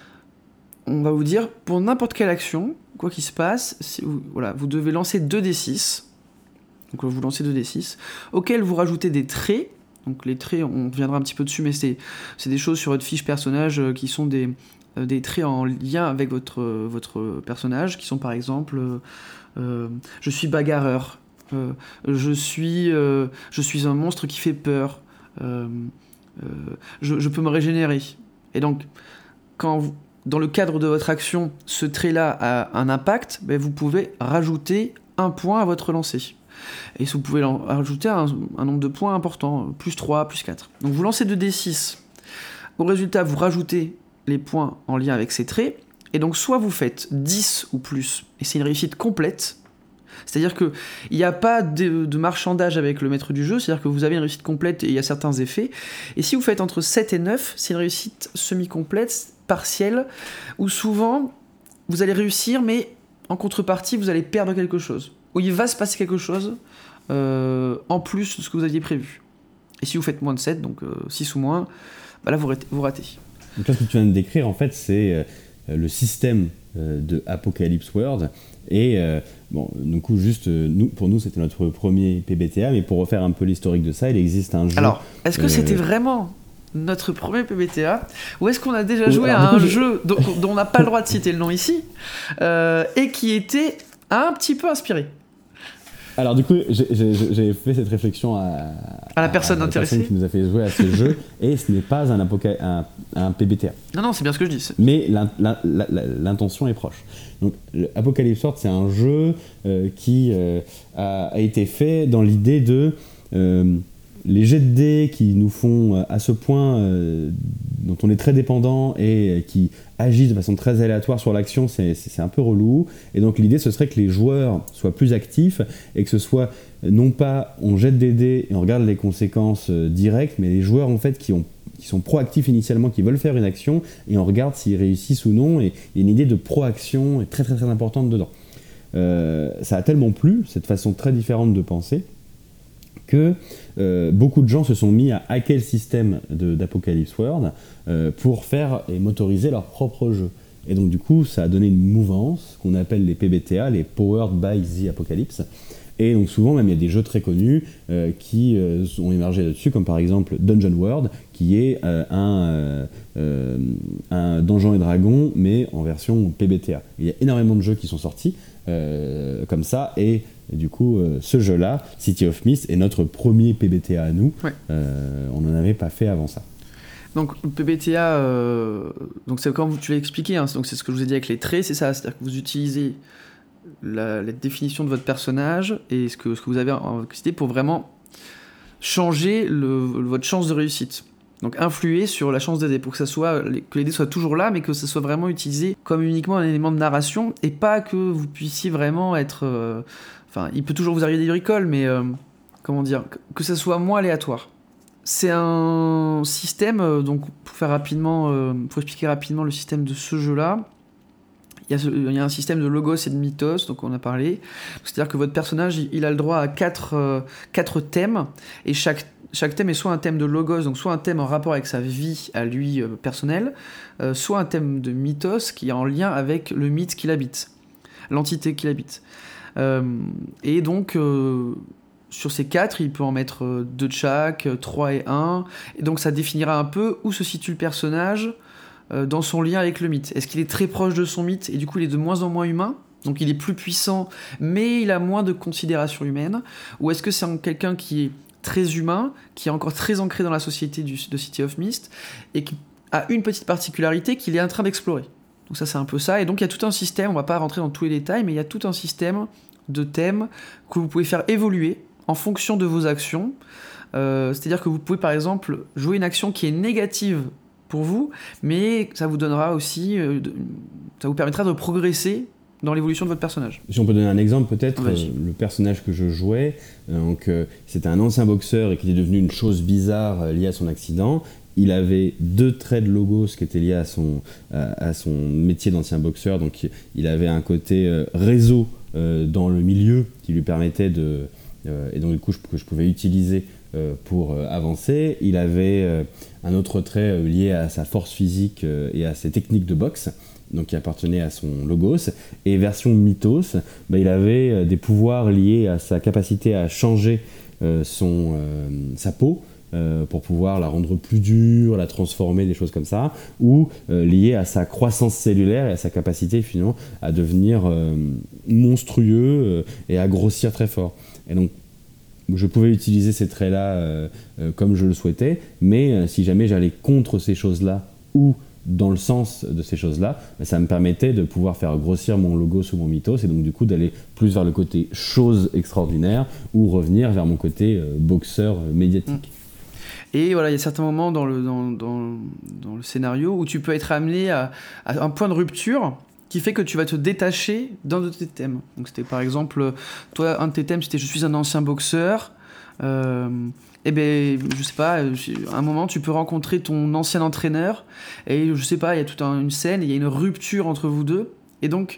on va vous dire, pour n'importe quelle action, quoi qu'il se passe, si vous, voilà, vous devez lancer deux dés six. Donc, vous lancez deux dés six, auxquels vous rajoutez des traits. Donc les traits, on reviendra un petit peu dessus, mais c'est, c'est des choses sur votre fiche personnage euh, qui sont des, euh, des traits en lien avec votre, euh, votre personnage, qui sont par exemple euh, euh, je suis bagarreur, euh, je, suis, euh, je suis un monstre qui fait peur, euh, euh, je, je peux me régénérer. Et donc, quand vous, dans le cadre de votre action, ce trait-là a un impact, ben vous pouvez rajouter un point à votre lancer. Et vous pouvez rajouter un, un nombre de points important, plus trois, plus quatre. Donc vous lancez deux dés six. Au résultat, vous rajoutez les points en lien avec ces traits. Et donc soit vous faites dix ou plus, et c'est une réussite complète. C'est-à-dire qu'il n'y a pas de, de marchandage avec le maître du jeu, c'est-à-dire que vous avez une réussite complète et il y a certains effets. Et si vous faites entre sept et neuf, c'est une réussite semi-complète, partielle, où souvent vous allez réussir, mais en contrepartie, vous allez perdre quelque chose. Où il va se passer quelque chose euh, en plus de ce que vous aviez prévu. Et si vous faites moins de sept, donc euh, six ou moins, bah là vous ratez. Vous ratez. Donc là, ce que tu viens de décrire, en fait, c'est euh, le système euh, de Apocalypse World. Et euh, bon, du coup, juste, euh, nous, pour nous, c'était notre premier P B T A, mais pour refaire un peu l'historique de ça, il existe un jeu... Alors, est-ce que euh... c'était vraiment notre premier P B T A, ou est-ce qu'on a déjà joué Alors, à un coup, jeu je... dont, dont on n'a pas le droit de citer le nom ici, euh, et qui était un petit peu inspiré? Alors du coup, j'ai, j'ai, j'ai fait cette réflexion à, à la personne à, à intéressée la personne qui nous a fait jouer à ce jeu, et ce n'est pas un, apoca- un, un P B T A. Non, non, c'est bien ce que je dis. C'est... Mais l'in, l'in, l'in, l'intention est proche. Donc, Apocalypse World, c'est un jeu euh, qui euh, a, a été fait dans l'idée de... Euh, les jets de dés qui nous font à ce point, euh, dont on est très dépendant et qui agissent de façon très aléatoire sur l'action, c'est, c'est, c'est un peu relou. Et donc l'idée, ce serait que les joueurs soient plus actifs et que ce soit non pas on jette des dés et on regarde les conséquences euh, directes, mais les joueurs en fait qui, ont, qui sont proactifs initialement, qui veulent faire une action et on regarde s'ils réussissent ou non. Et il y a une idée de proaction très très très importante dedans. Euh, ça a tellement plu, cette façon très différente de penser, que euh, beaucoup de gens se sont mis à hacker le système de, d'Apocalypse World euh, pour faire et motoriser leur propre jeu. Et donc du coup, ça a donné une mouvance qu'on appelle les P B T A, les Powered by the Apocalypse. Et donc souvent, même il y a des jeux très connus euh, qui euh, ont émergé là-dessus, comme par exemple Dungeon World, qui est euh, un, euh, un Donjons et Dragons, mais en version P B T A. Il y a énormément de jeux qui sont sortis euh, comme ça, et Et du coup, euh, ce jeu-là, City of Mist, est notre premier P B T A à nous. Ouais. Euh, on n'en avait pas fait avant ça. Donc, le P B T A, euh, donc c'est comme tu l'as expliqué, hein, donc c'est ce que je vous ai dit avec les traits, c'est ça. C'est-à-dire que vous utilisez la, la définition de votre personnage et ce que, ce que vous avez en capacité pour vraiment changer le, votre chance de réussite. Donc influer sur la chance des dés, pour que, ça soit, que les dés soient toujours là, mais que ça soit vraiment utilisé comme uniquement un élément de narration, et pas que vous puissiez vraiment être... Euh, enfin, il peut toujours vous arriver des bricoles, mais euh, comment dire, que, que ça soit moins aléatoire. C'est un système, euh, donc pour faire rapidement, euh, pour expliquer rapidement le système de ce jeu-là, il y, a ce, il y a un système de logos et de mythos, donc on a parlé. C'est-à-dire que votre personnage, il, il a le droit à quatre, euh, quatre thèmes, et chaque Chaque thème est soit un thème de logos, donc soit un thème en rapport avec sa vie à lui euh, personnelle, euh, soit un thème de mythos qui est en lien avec le mythe qu'il habite, l'entité qu'il habite. Euh, et donc, euh, sur ces quatre, il peut en mettre euh, deux de chaque, trois et un, et donc ça définira un peu où se situe le personnage euh, dans son lien avec le mythe. Est-ce qu'il est très proche de son mythe, et du coup il est de moins en moins humain ? Donc il est plus puissant, mais il a moins de considération humaine, ou est-ce que c'est quelqu'un qui est très humain, qui est encore très ancré dans la société du, de City of Mist, et qui a une petite particularité qu'il est en train d'explorer. Donc ça, c'est un peu ça. Et donc il y a tout un système, on va pas rentrer dans tous les détails, mais il y a tout un système de thèmes que vous pouvez faire évoluer en fonction de vos actions. Euh, c'est-à-dire que vous pouvez, par exemple, jouer une action qui est négative pour vous, mais ça vous donnera aussi, euh, de, ça vous permettra de progresser dans l'évolution de votre personnage. Si on peut donner un exemple, peut-être, euh, le personnage que je jouais, euh, donc, euh, c'était un ancien boxeur et qui était devenu une chose bizarre euh, liée à son accident. Il avait deux traits de logos qui étaient liés à son, à, à son métier d'ancien boxeur. Donc il avait un côté euh, réseau euh, dans le milieu qui lui permettait de... Euh, et donc du coup je, que je pouvais utiliser euh, pour euh, avancer. Il avait euh, un autre trait euh, lié à sa force physique euh, et à ses techniques de boxe, donc qui appartenait à son logos. Et version mythos, bah, il avait euh, des pouvoirs liés à sa capacité à changer euh, son, euh, sa peau euh, pour pouvoir la rendre plus dure, la transformer, des choses comme ça, ou euh, liés à sa croissance cellulaire et à sa capacité finalement à devenir euh, monstrueux euh, et à grossir très fort. Et donc je pouvais utiliser ces traits-là euh, euh, comme je le souhaitais, mais euh, si jamais j'allais contre ces choses-là ou dans le sens de ces choses-là, bah, ça me permettait de pouvoir faire grossir mon logo sous mon mythos et donc du coup d'aller plus vers le côté chose extraordinaire ou revenir vers mon côté euh, boxeur euh, médiatique. Et voilà, il y a certains moments dans le, dans, dans, dans le scénario où tu peux être amené à, à un point de rupture qui fait que tu vas te détacher d'un de tes thèmes. Donc c'était par exemple, toi, un de tes thèmes c'était « Je suis un ancien boxeur euh, ». Eh ben, je sais pas, à un moment, tu peux rencontrer ton ancien entraîneur, et je sais pas, il y a toute un, une scène, il y a une rupture entre vous deux, et donc,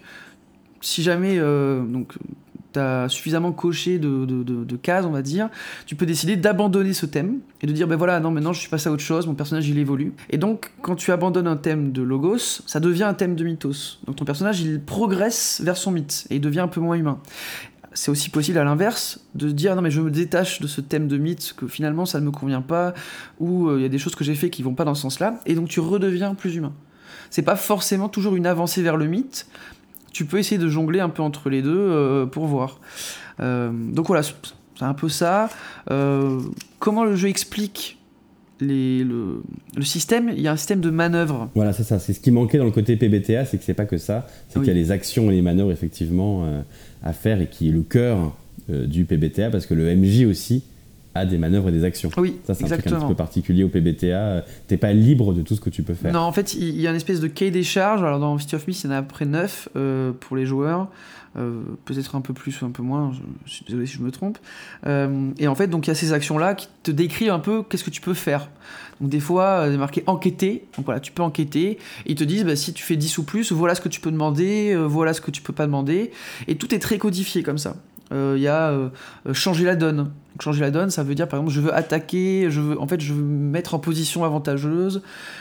si jamais euh, donc, t'as suffisamment coché de, de, de, de cases, on va dire, tu peux décider d'abandonner ce thème, et de dire, ben voilà, non, maintenant je suis passé à autre chose, mon personnage il évolue. Et donc, quand tu abandonnes un thème de Logos, ça devient un thème de Mythos. Donc ton personnage, il progresse vers son mythe, et il devient un peu moins humain. C'est aussi possible à l'inverse de se dire non mais je me détache de ce thème de mythe que finalement ça ne me convient pas ou il euh, y a des choses que j'ai fait qui vont pas dans ce sens-là et donc tu redeviens plus humain. C'est pas forcément toujours une avancée vers le mythe. Tu peux essayer de jongler un peu entre les deux euh, pour voir. Euh, donc voilà, c'est un peu ça. Euh, comment le jeu explique les, le, le système, il y a un système de manœuvre. Voilà, c'est ça. C'est ce qui manquait dans le côté P B T A, c'est que c'est pas que ça. C'est oui. qu'il y a les actions et les manœuvres effectivement euh, à faire et qui est le cœur euh, du P B T A parce que le M J aussi a des manœuvres et des actions. Oui, ça, c'est exactement. un truc un petit peu particulier au P B T A. T'es pas libre de tout ce que tu peux faire. Non, en fait, il y a une espèce de cahier des charges. Alors dans City of Mist, il y en a à peu près neuf euh, pour les joueurs. Euh, peut-être un peu plus ou un peu moins, je, je suis désolé si je me trompe. Euh, et en fait, donc il y a ces actions-là qui te décrivent un peu qu'est-ce que tu peux faire. Donc des fois, il est marqué enquêter. Donc voilà, tu peux enquêter. Et ils te disent, bah, si tu fais dix ou plus, voilà ce que tu peux demander, euh, voilà ce que tu peux pas demander. Et tout est très codifié comme ça. Il euh, y a euh, changer la donne. Donc, changer la donne, ça veut dire par exemple, je veux attaquer, je veux, en fait, je veux me mettre en position avantageuse.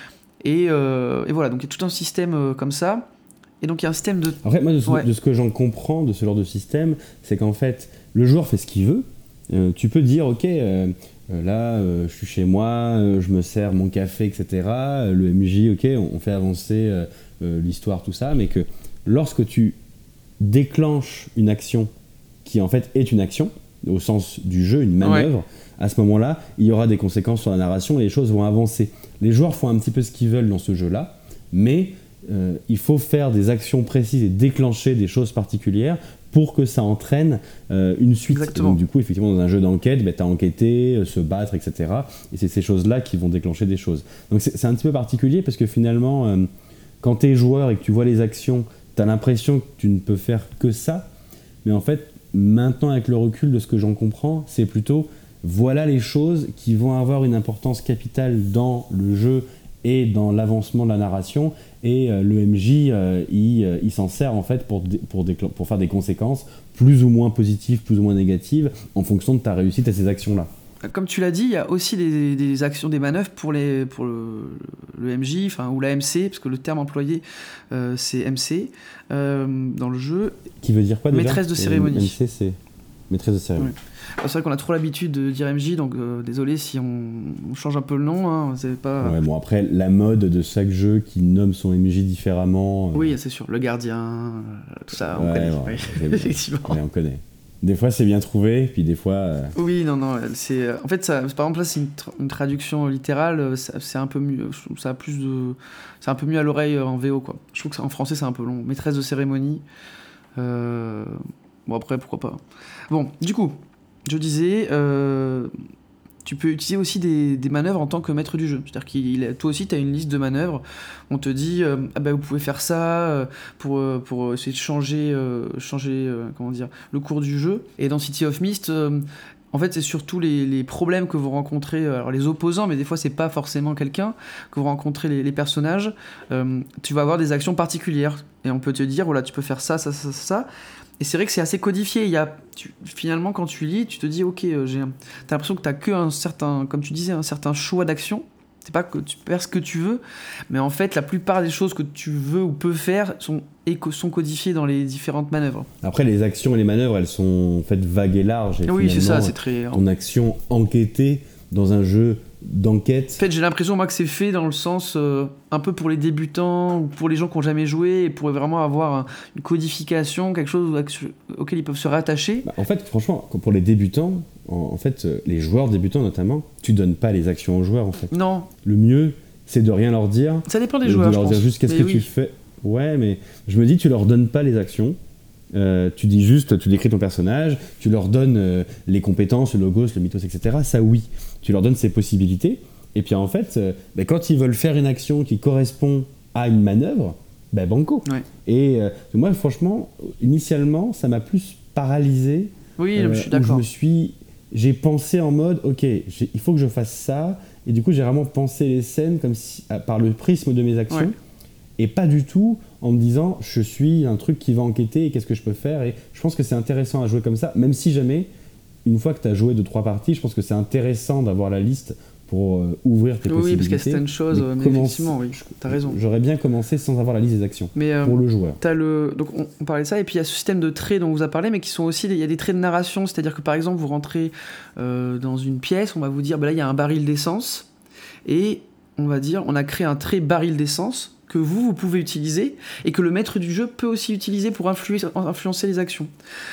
Et, euh, et voilà, donc il y a tout un système euh, comme ça. Et donc il y a un système de... En fait, moi, de ce, ouais. de ce que j'en comprends de ce genre de système, c'est qu'en fait, le joueur fait ce qu'il veut. Euh, tu peux dire, ok, euh, là, euh, je suis chez moi, euh, je me sers mon café, et cetera. Le M J, ok, on, on fait avancer euh, euh, l'histoire, tout ça, mais que lorsque tu déclenches une action qui, en fait, est une action, au sens du jeu, une manœuvre, ouais. à ce moment-là, il y aura des conséquences sur la narration et les choses vont avancer. Les joueurs font un petit peu ce qu'ils veulent dans ce jeu-là, mais... Euh, il faut faire des actions précises et déclencher des choses particulières pour que ça entraîne euh, une suite. Exactement. Donc du coup, effectivement, dans un jeu d'enquête, bah, tu as enquêté, euh, se battre, et cetera. Et c'est ces choses-là qui vont déclencher des choses. Donc c'est, c'est un petit peu particulier parce que finalement, euh, quand tu es joueur et que tu vois les actions, tu as l'impression que tu ne peux faire que ça. Mais en fait, maintenant, avec le recul de ce que j'en comprends, c'est plutôt, voilà les choses qui vont avoir une importance capitale dans le jeu et dans l'avancement de la narration, et euh, le M J, euh, il, euh, il s'en sert en fait pour, dé- pour, décl- pour faire des conséquences plus ou moins positives, plus ou moins négatives, en fonction de ta réussite à ces actions-là. Comme tu l'as dit, il y a aussi des, des actions, des manœuvres pour, les, pour le, le M J, enfin, ou la M C, parce que le terme employé, euh, c'est M C, euh, dans le jeu. Qui veut dire quoi déjà ? Maîtresse de cérémonie. M C, c'est maîtresse de cérémonie. Ouais. C'est vrai qu'on a trop l'habitude de dire M J, donc euh, désolé si on, on change un peu le nom. Hein, c'est pas... Ouais, bon, après, la mode de chaque jeu qui nomme son M J différemment. Euh... Oui, c'est sûr. Le gardien, euh, tout ça, on ouais, connaît. Bon, oui. c'est Effectivement. Ouais, on connaît. Des fois, c'est bien trouvé, puis des fois... Euh... Oui, non, non. C'est... En fait, ça, par exemple, là, c'est une, tra- une traduction littérale. Ça, c'est un peu mieux. Ça a plus de... C'est un peu mieux à l'oreille en V O, quoi. Je trouve que ça, en français, c'est un peu long. Maîtresse de cérémonie. Euh... Bon, après, pourquoi pas. Bon, du coup... Je disais, euh, tu peux utiliser aussi des, des manœuvres en tant que maître du jeu. C'est-à-dire que toi aussi, tu as une liste de manœuvres. On te dit, euh, ah bah, vous pouvez faire ça euh, pour, euh, pour essayer de changer, euh, changer euh, comment dire, le cours du jeu. Et dans City of Mist, euh, en fait, c'est surtout les, les problèmes que vous rencontrez, alors les opposants, mais des fois, c'est pas forcément quelqu'un, que vous rencontrez les, les personnages. Euh, tu vas avoir des actions particulières. Et on peut te dire, voilà, tu peux faire ça, ça, ça, ça, ça. Et c'est vrai que c'est assez codifié. Il y a, tu, finalement, quand tu lis, tu te dis, ok, euh, j'ai, t'as l'impression que t'as que un certain, comme tu disais, un certain choix d'action. C'est pas que tu perds ce que tu veux, mais en fait, la plupart des choses que tu veux ou peux faire sont, sont codifiées dans les différentes manœuvres. Après, les actions et les manœuvres, elles sont faites vagues et larges. Et oui, c'est ça, c'est très... Ton action enquêtée dans un jeu d'enquête. En fait, j'ai l'impression moi que c'est fait dans le sens euh, un peu pour les débutants ou pour les gens qui n'ont jamais joué et pour vraiment avoir un, une codification, quelque chose auquel ils peuvent se rattacher. Bah, en fait, franchement, pour les débutants, en, en fait, les joueurs débutants notamment, tu donnes pas les actions aux joueurs en fait. Non. Le mieux, c'est de rien leur dire. Ça dépend des de, joueurs. De leur je dire pense. juste qu'est-ce mais que oui. tu fais. Ouais, mais je me dis, tu leur donnes pas les actions. Euh, tu dis juste, tu décris ton personnage, tu leur donnes euh, les compétences, le logos, le mythos, et cetera. Ça, oui. Tu leur donnes ces possibilités. Et puis en fait, euh, bah, quand ils veulent faire une action qui correspond à une manœuvre, bah, banco. Ouais. Et euh, moi, franchement, initialement, ça m'a plus paralysé. Oui, euh, je suis d'accord. Je me suis, j'ai pensé en mode, ok, il faut que je fasse ça. Et du coup, j'ai vraiment pensé les scènes comme si, à, par le prisme de mes actions. Ouais. Et pas du tout en me disant je suis un truc qui va enquêter et qu'est-ce que je peux faire. Et je pense que c'est intéressant à jouer comme ça, même si jamais, une fois que tu as joué deux trois parties, je pense que c'est intéressant d'avoir la liste pour euh, ouvrir tes oui, possibilités. Oui, parce qu'il y a certaines choses, mais, mais commence... effectivement, oui, t'as raison. J'aurais bien commencé sans avoir la liste des actions mais, euh, pour le joueur. T'as le... Donc on, on parlait de ça, et puis il y a ce système de traits dont on vous a parlé, mais qui sont aussi, il y a des traits de narration, c'est-à-dire que par exemple, vous rentrez euh, dans une pièce, on va vous dire, bah là il y a un baril d'essence, et on va dire, on a créé un trait baril d'essence, que vous, vous pouvez utiliser, et que le maître du jeu peut aussi utiliser pour influer, influencer les actions.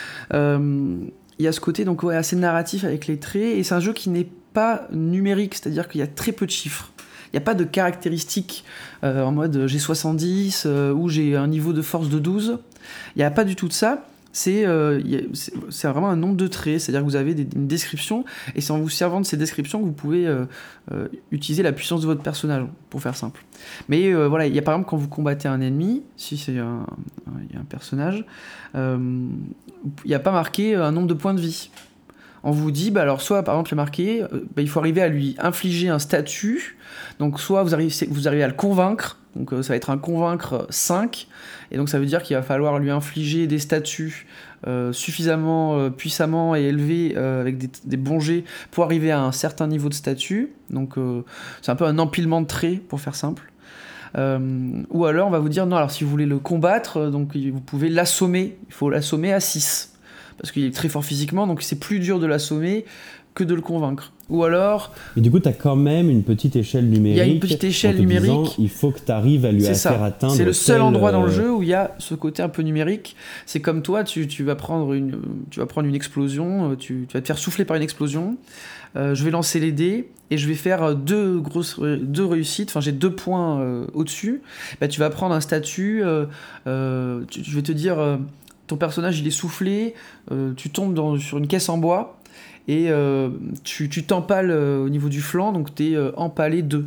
Euh, il y a ce côté donc, ouais, assez narratif avec les traits, et c'est un jeu qui n'est pas numérique, c'est-à-dire qu'il y a très peu de chiffres. Il n'y a pas de caractéristiques euh, en mode j'ai soixante-dix euh, ou j'ai un niveau de force de douze. Il n'y a pas du tout de ça. C'est, euh, c'est, c'est vraiment un nombre de traits, c'est-à-dire que vous avez des, une description, et c'est en vous servant de ces descriptions que vous pouvez euh, euh, utiliser la puissance de votre personnage, pour faire simple. Mais euh, voilà, il y a par exemple quand vous combattez un ennemi, si c'est un, un, un personnage, euh, il n'y a pas marqué un nombre de points de vie. On vous dit, bah alors soit par exemple il y a marqué, euh, bah, il faut arriver à lui infliger un statut, donc soit vous arrivez, vous arrivez à le convaincre, donc euh, ça va être un convaincre cinq, et donc ça veut dire qu'il va falloir lui infliger des statuts euh, suffisamment euh, puissamment et élevés euh, avec des, des bons jets pour arriver à un certain niveau de statut, donc euh, c'est un peu un empilement de traits pour faire simple. Euh, ou alors on va vous dire, non alors si vous voulez le combattre, donc vous pouvez l'assommer, il faut l'assommer à six. Parce qu'il est très fort physiquement, donc c'est plus dur de l'assommer que de le convaincre. Ou alors... Mais du coup, tu as quand même une petite échelle numérique. Il y a une petite échelle en te numérique. Disant, il faut que tu arrives à lui c'est faire ça. atteindre... C'est le seul tel, endroit dans le euh... jeu où il y a ce côté un peu numérique. C'est comme toi, tu, tu, vas, prendre une, tu vas prendre une explosion, tu, tu vas te faire souffler par une explosion. Euh, je vais lancer les dés et je vais faire deux, grosses, deux réussites. Enfin, j'ai deux points euh, au-dessus. Bah, tu vas prendre un statut. Euh, euh, tu, je vais te dire... Euh, ton personnage il est soufflé, euh, tu tombes dans, sur une caisse en bois et euh, tu, tu t'empales euh, au niveau du flanc, donc tu es euh, empalé deux.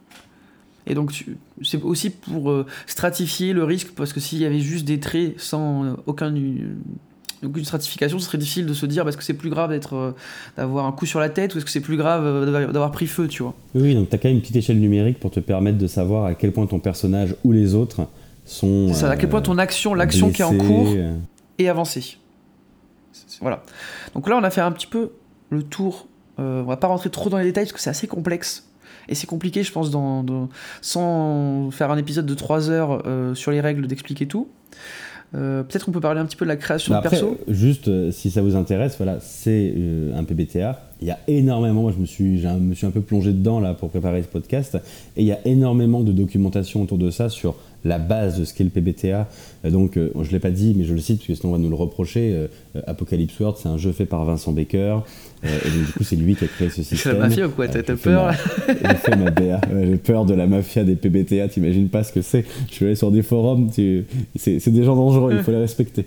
Et donc tu, c'est aussi pour euh, stratifier le risque, parce que s'il y avait juste des traits sans euh, aucun, euh, aucune stratification, ce serait difficile de se dire bah, est-ce que c'est plus grave d'être, euh, d'avoir un coup sur la tête ou est-ce que c'est plus grave euh, d'avoir pris feu, tu vois. Oui, donc tu as quand même une petite échelle numérique pour te permettre de savoir à quel point ton personnage ou les autres sont... C'est ça, à quel point ton action, l'action blessés, qui est en cours... et avancer. Voilà. Donc là, on a fait un petit peu le tour. Euh, on va pas rentrer trop dans les détails parce que c'est assez complexe. Et c'est compliqué, je pense, dans, dans, sans faire un épisode de trois heures euh, sur les règles, d'expliquer tout. Euh, peut-être qu'on peut parler un petit peu de la création bah de après, perso. Juste, euh, si ça vous intéresse, voilà, c'est euh, un P B T A. Il y a énormément, moi je me suis, je me suis un peu plongé dedans là, pour préparer ce podcast, et il y a énormément de documentation autour de ça sur la base de ce qu'est le P B T A. Euh, donc, euh, je ne l'ai pas dit, mais je le cite, parce que sinon on va nous le reprocher. Euh, Apocalypse World, c'est un jeu fait par Vincent Baker, euh, et donc du coup c'est lui qui a créé ce système. C'est la mafia ou quoi? T'as euh, peur ma, J'ai fait ma B A, ouais, j'ai peur de la mafia des P B T A, t'imagines pas ce que c'est. Je suis allé sur des forums, tu... c'est, c'est des gens dangereux, il faut les respecter.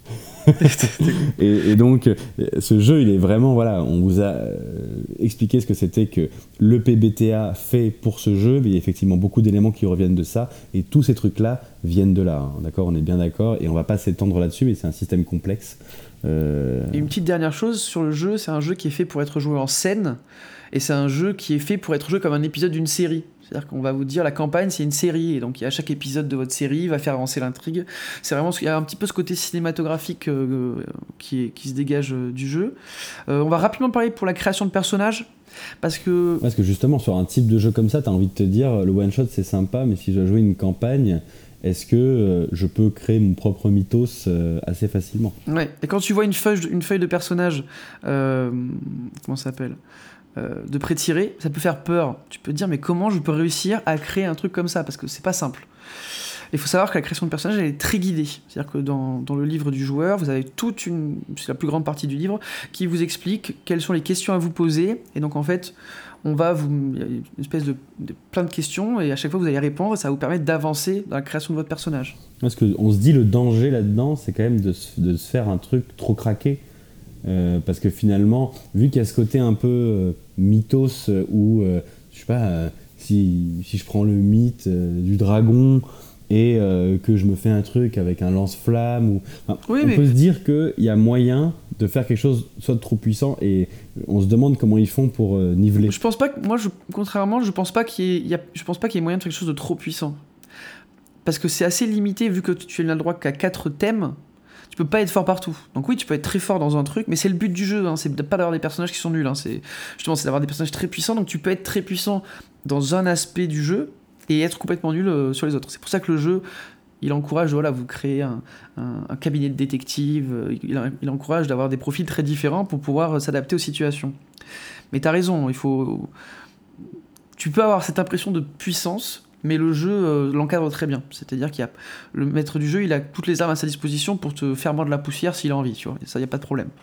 et, et donc ce jeu il est vraiment voilà, on vous a euh, expliqué ce que c'était que le P B T A fait pour ce jeu, mais il y a effectivement beaucoup d'éléments qui reviennent de ça, et tous ces trucs là viennent de là, hein, d'accord, on est bien d'accord, et on va pas s'étendre là-dessus, mais c'est un système complexe. euh... Et une petite dernière chose sur le jeu, c'est un jeu qui est fait pour être joué en scène, et c'est un jeu qui est fait pour être joué comme un épisode d'une série. C'est-à-dire qu'on va vous dire la campagne c'est une série, et donc il y a chaque épisode de votre série va faire avancer l'intrigue. C'est vraiment, il y a un petit peu ce côté cinématographique euh, qui, est, qui se dégage euh, du jeu. Euh, on va rapidement parler pour la création de personnages, parce que... Parce que justement sur un type de jeu comme ça, t'as envie de te dire le one shot c'est sympa, mais si je dois jouer une campagne, est-ce que euh, je peux créer mon propre mythos euh, assez facilement? Ouais, et quand tu vois une feuille, une feuille de personnage, euh, comment ça s'appelle ? euh, de pré-tirer, ça peut faire peur. Tu peux te dire, mais comment je peux réussir à créer un truc comme ça? Parce que c'est pas simple. Il faut savoir que la création de personnage, elle est très guidée. C'est-à-dire que dans, dans le livre du joueur, vous avez toute une... c'est la plus grande partie du livre, qui vous explique quelles sont les questions à vous poser. Et donc, en fait, on va vous... il y a une espèce de, de plein de questions, et à chaque fois, vous allez répondre, et ça va vous permettre d'avancer dans la création de votre personnage. Parce qu'on se dit, le danger là-dedans, c'est quand même de se, de se faire un truc trop craqué. Euh, parce que finalement, vu qu'il y a ce côté un peu euh, mythos, euh, où, euh, je sais pas, euh, si, si je prends le mythe euh, du dragon... et euh, que je me fais un truc avec un lance-flamme ou... enfin, oui, on mais... peut se dire qu'il y a moyen de faire quelque chose soit de trop puissant et on se demande comment ils font pour euh, niveler. Je pense pas que... moi je... contrairement je pense pas qu'il y ait... Il y a... je pense pas qu'il y ait moyen de faire quelque chose de trop puissant, parce que c'est assez limité vu que tu n'as le droit qu'à quatre thèmes. Tu peux pas être fort partout. Donc oui, tu peux être très fort dans un truc, mais c'est le but du jeu, hein. C'est pas d'avoir des personnages qui sont nuls, hein. C'est justement c'est d'avoir des personnages très puissants. Donc tu peux être très puissant dans un aspect du jeu et être complètement nul euh, sur les autres. C'est pour ça que le jeu, il encourage, voilà, vous créez un, un, un cabinet de détectives, euh, il, il encourage d'avoir des profils très différents pour pouvoir euh, s'adapter aux situations. Mais t'as raison, il faut... Tu peux avoir cette impression de puissance, mais le jeu euh, l'encadre très bien. C'est-à-dire qu'il y a... Le maître du jeu, il a toutes les armes à sa disposition pour te faire mordre la poussière s'il a envie, tu vois. Et ça, il n'y a pas de problème.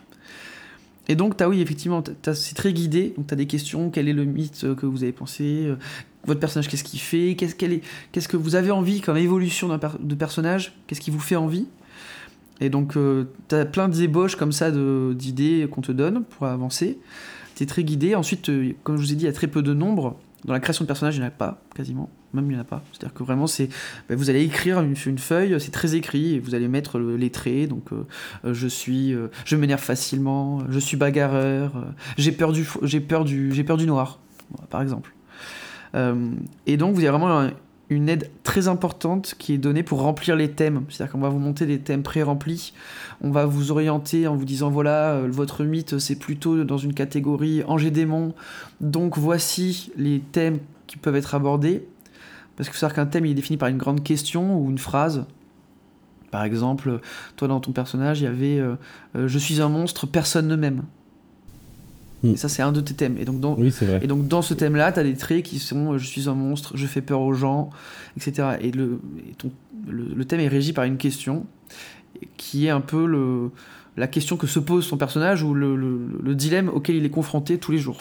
Et donc, t'as, oui, effectivement, t'as, c'est très guidé. Donc, tu as des questions. Quel est le mythe que vous avez pensé? Votre personnage, qu'est-ce qu'il fait? Qu'est-ce, quel est, qu'est-ce que vous avez envie comme évolution d'un per- de personnage? Qu'est-ce qui vous fait envie? Et donc, euh, tu as plein d'ébauches comme ça de, d'idées qu'on te donne pour avancer. Tu es très guidé. Ensuite, euh, comme je vous ai dit, il y a très peu de nombres. Dans la création de personnages, il n'y en a pas, quasiment. Même il n'y en a pas. C'est-à-dire que vraiment, c'est, bah, vous allez écrire une, une feuille, c'est très écrit, et vous allez mettre le, les traits. Donc, euh, je suis, euh, je m'énerve facilement, je suis bagarreur, euh, j'ai peur du, j'ai peur du, j'ai peur du noir, par exemple. Euh, et donc, vous avez vraiment un, une aide très importante qui est donnée pour remplir les thèmes. C'est-à-dire qu'on va vous monter des thèmes pré-remplis. On va vous orienter en vous disant, voilà, euh, votre mythe, c'est plutôt dans une catégorie ange-démon. Donc, voici les thèmes qui peuvent être abordés. Parce qu'il faut savoir qu'un thème, il est défini par une grande question ou une phrase. Par exemple, toi, dans ton personnage, il y avait euh, euh, « Je suis un monstre, personne ne m'aime ». Et ça, c'est un de tes thèmes. Et donc, dans, oui, c'est vrai. Et donc dans ce thème-là, tu as des traits qui sont « je suis un monstre, je fais peur aux gens », et cetera. Et, le, et ton, le, le thème est régi par une question qui est un peu le, la question que se pose son personnage ou le, le, le dilemme auquel il est confronté tous les jours.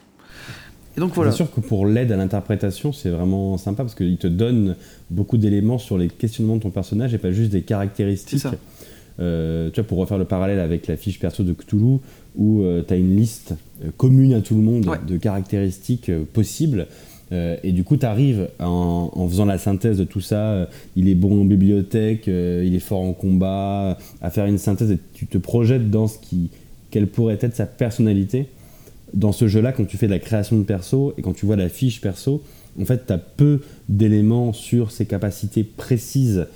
Et donc voilà. C'est sûr que pour l'aide à l'interprétation, c'est vraiment sympa parce qu'il te donne beaucoup d'éléments sur les questionnements de ton personnage et pas juste des caractéristiques. C'est ça. Euh, tu vois, pour refaire le parallèle avec la fiche perso de Cthulhu, où euh, tu as une liste euh, commune à tout le monde ouais. de caractéristiques euh, possibles, euh, et du coup tu arrives en, en faisant la synthèse de tout ça, euh, il est bon en bibliothèque, euh, il est fort en combat, à faire une synthèse et tu te projettes dans ce qui, quelle pourrait être sa personnalité. Dans ce jeu-là, quand tu fais de la création de perso et quand tu vois la fiche perso, en fait tu as peu d'éléments sur ses capacités précises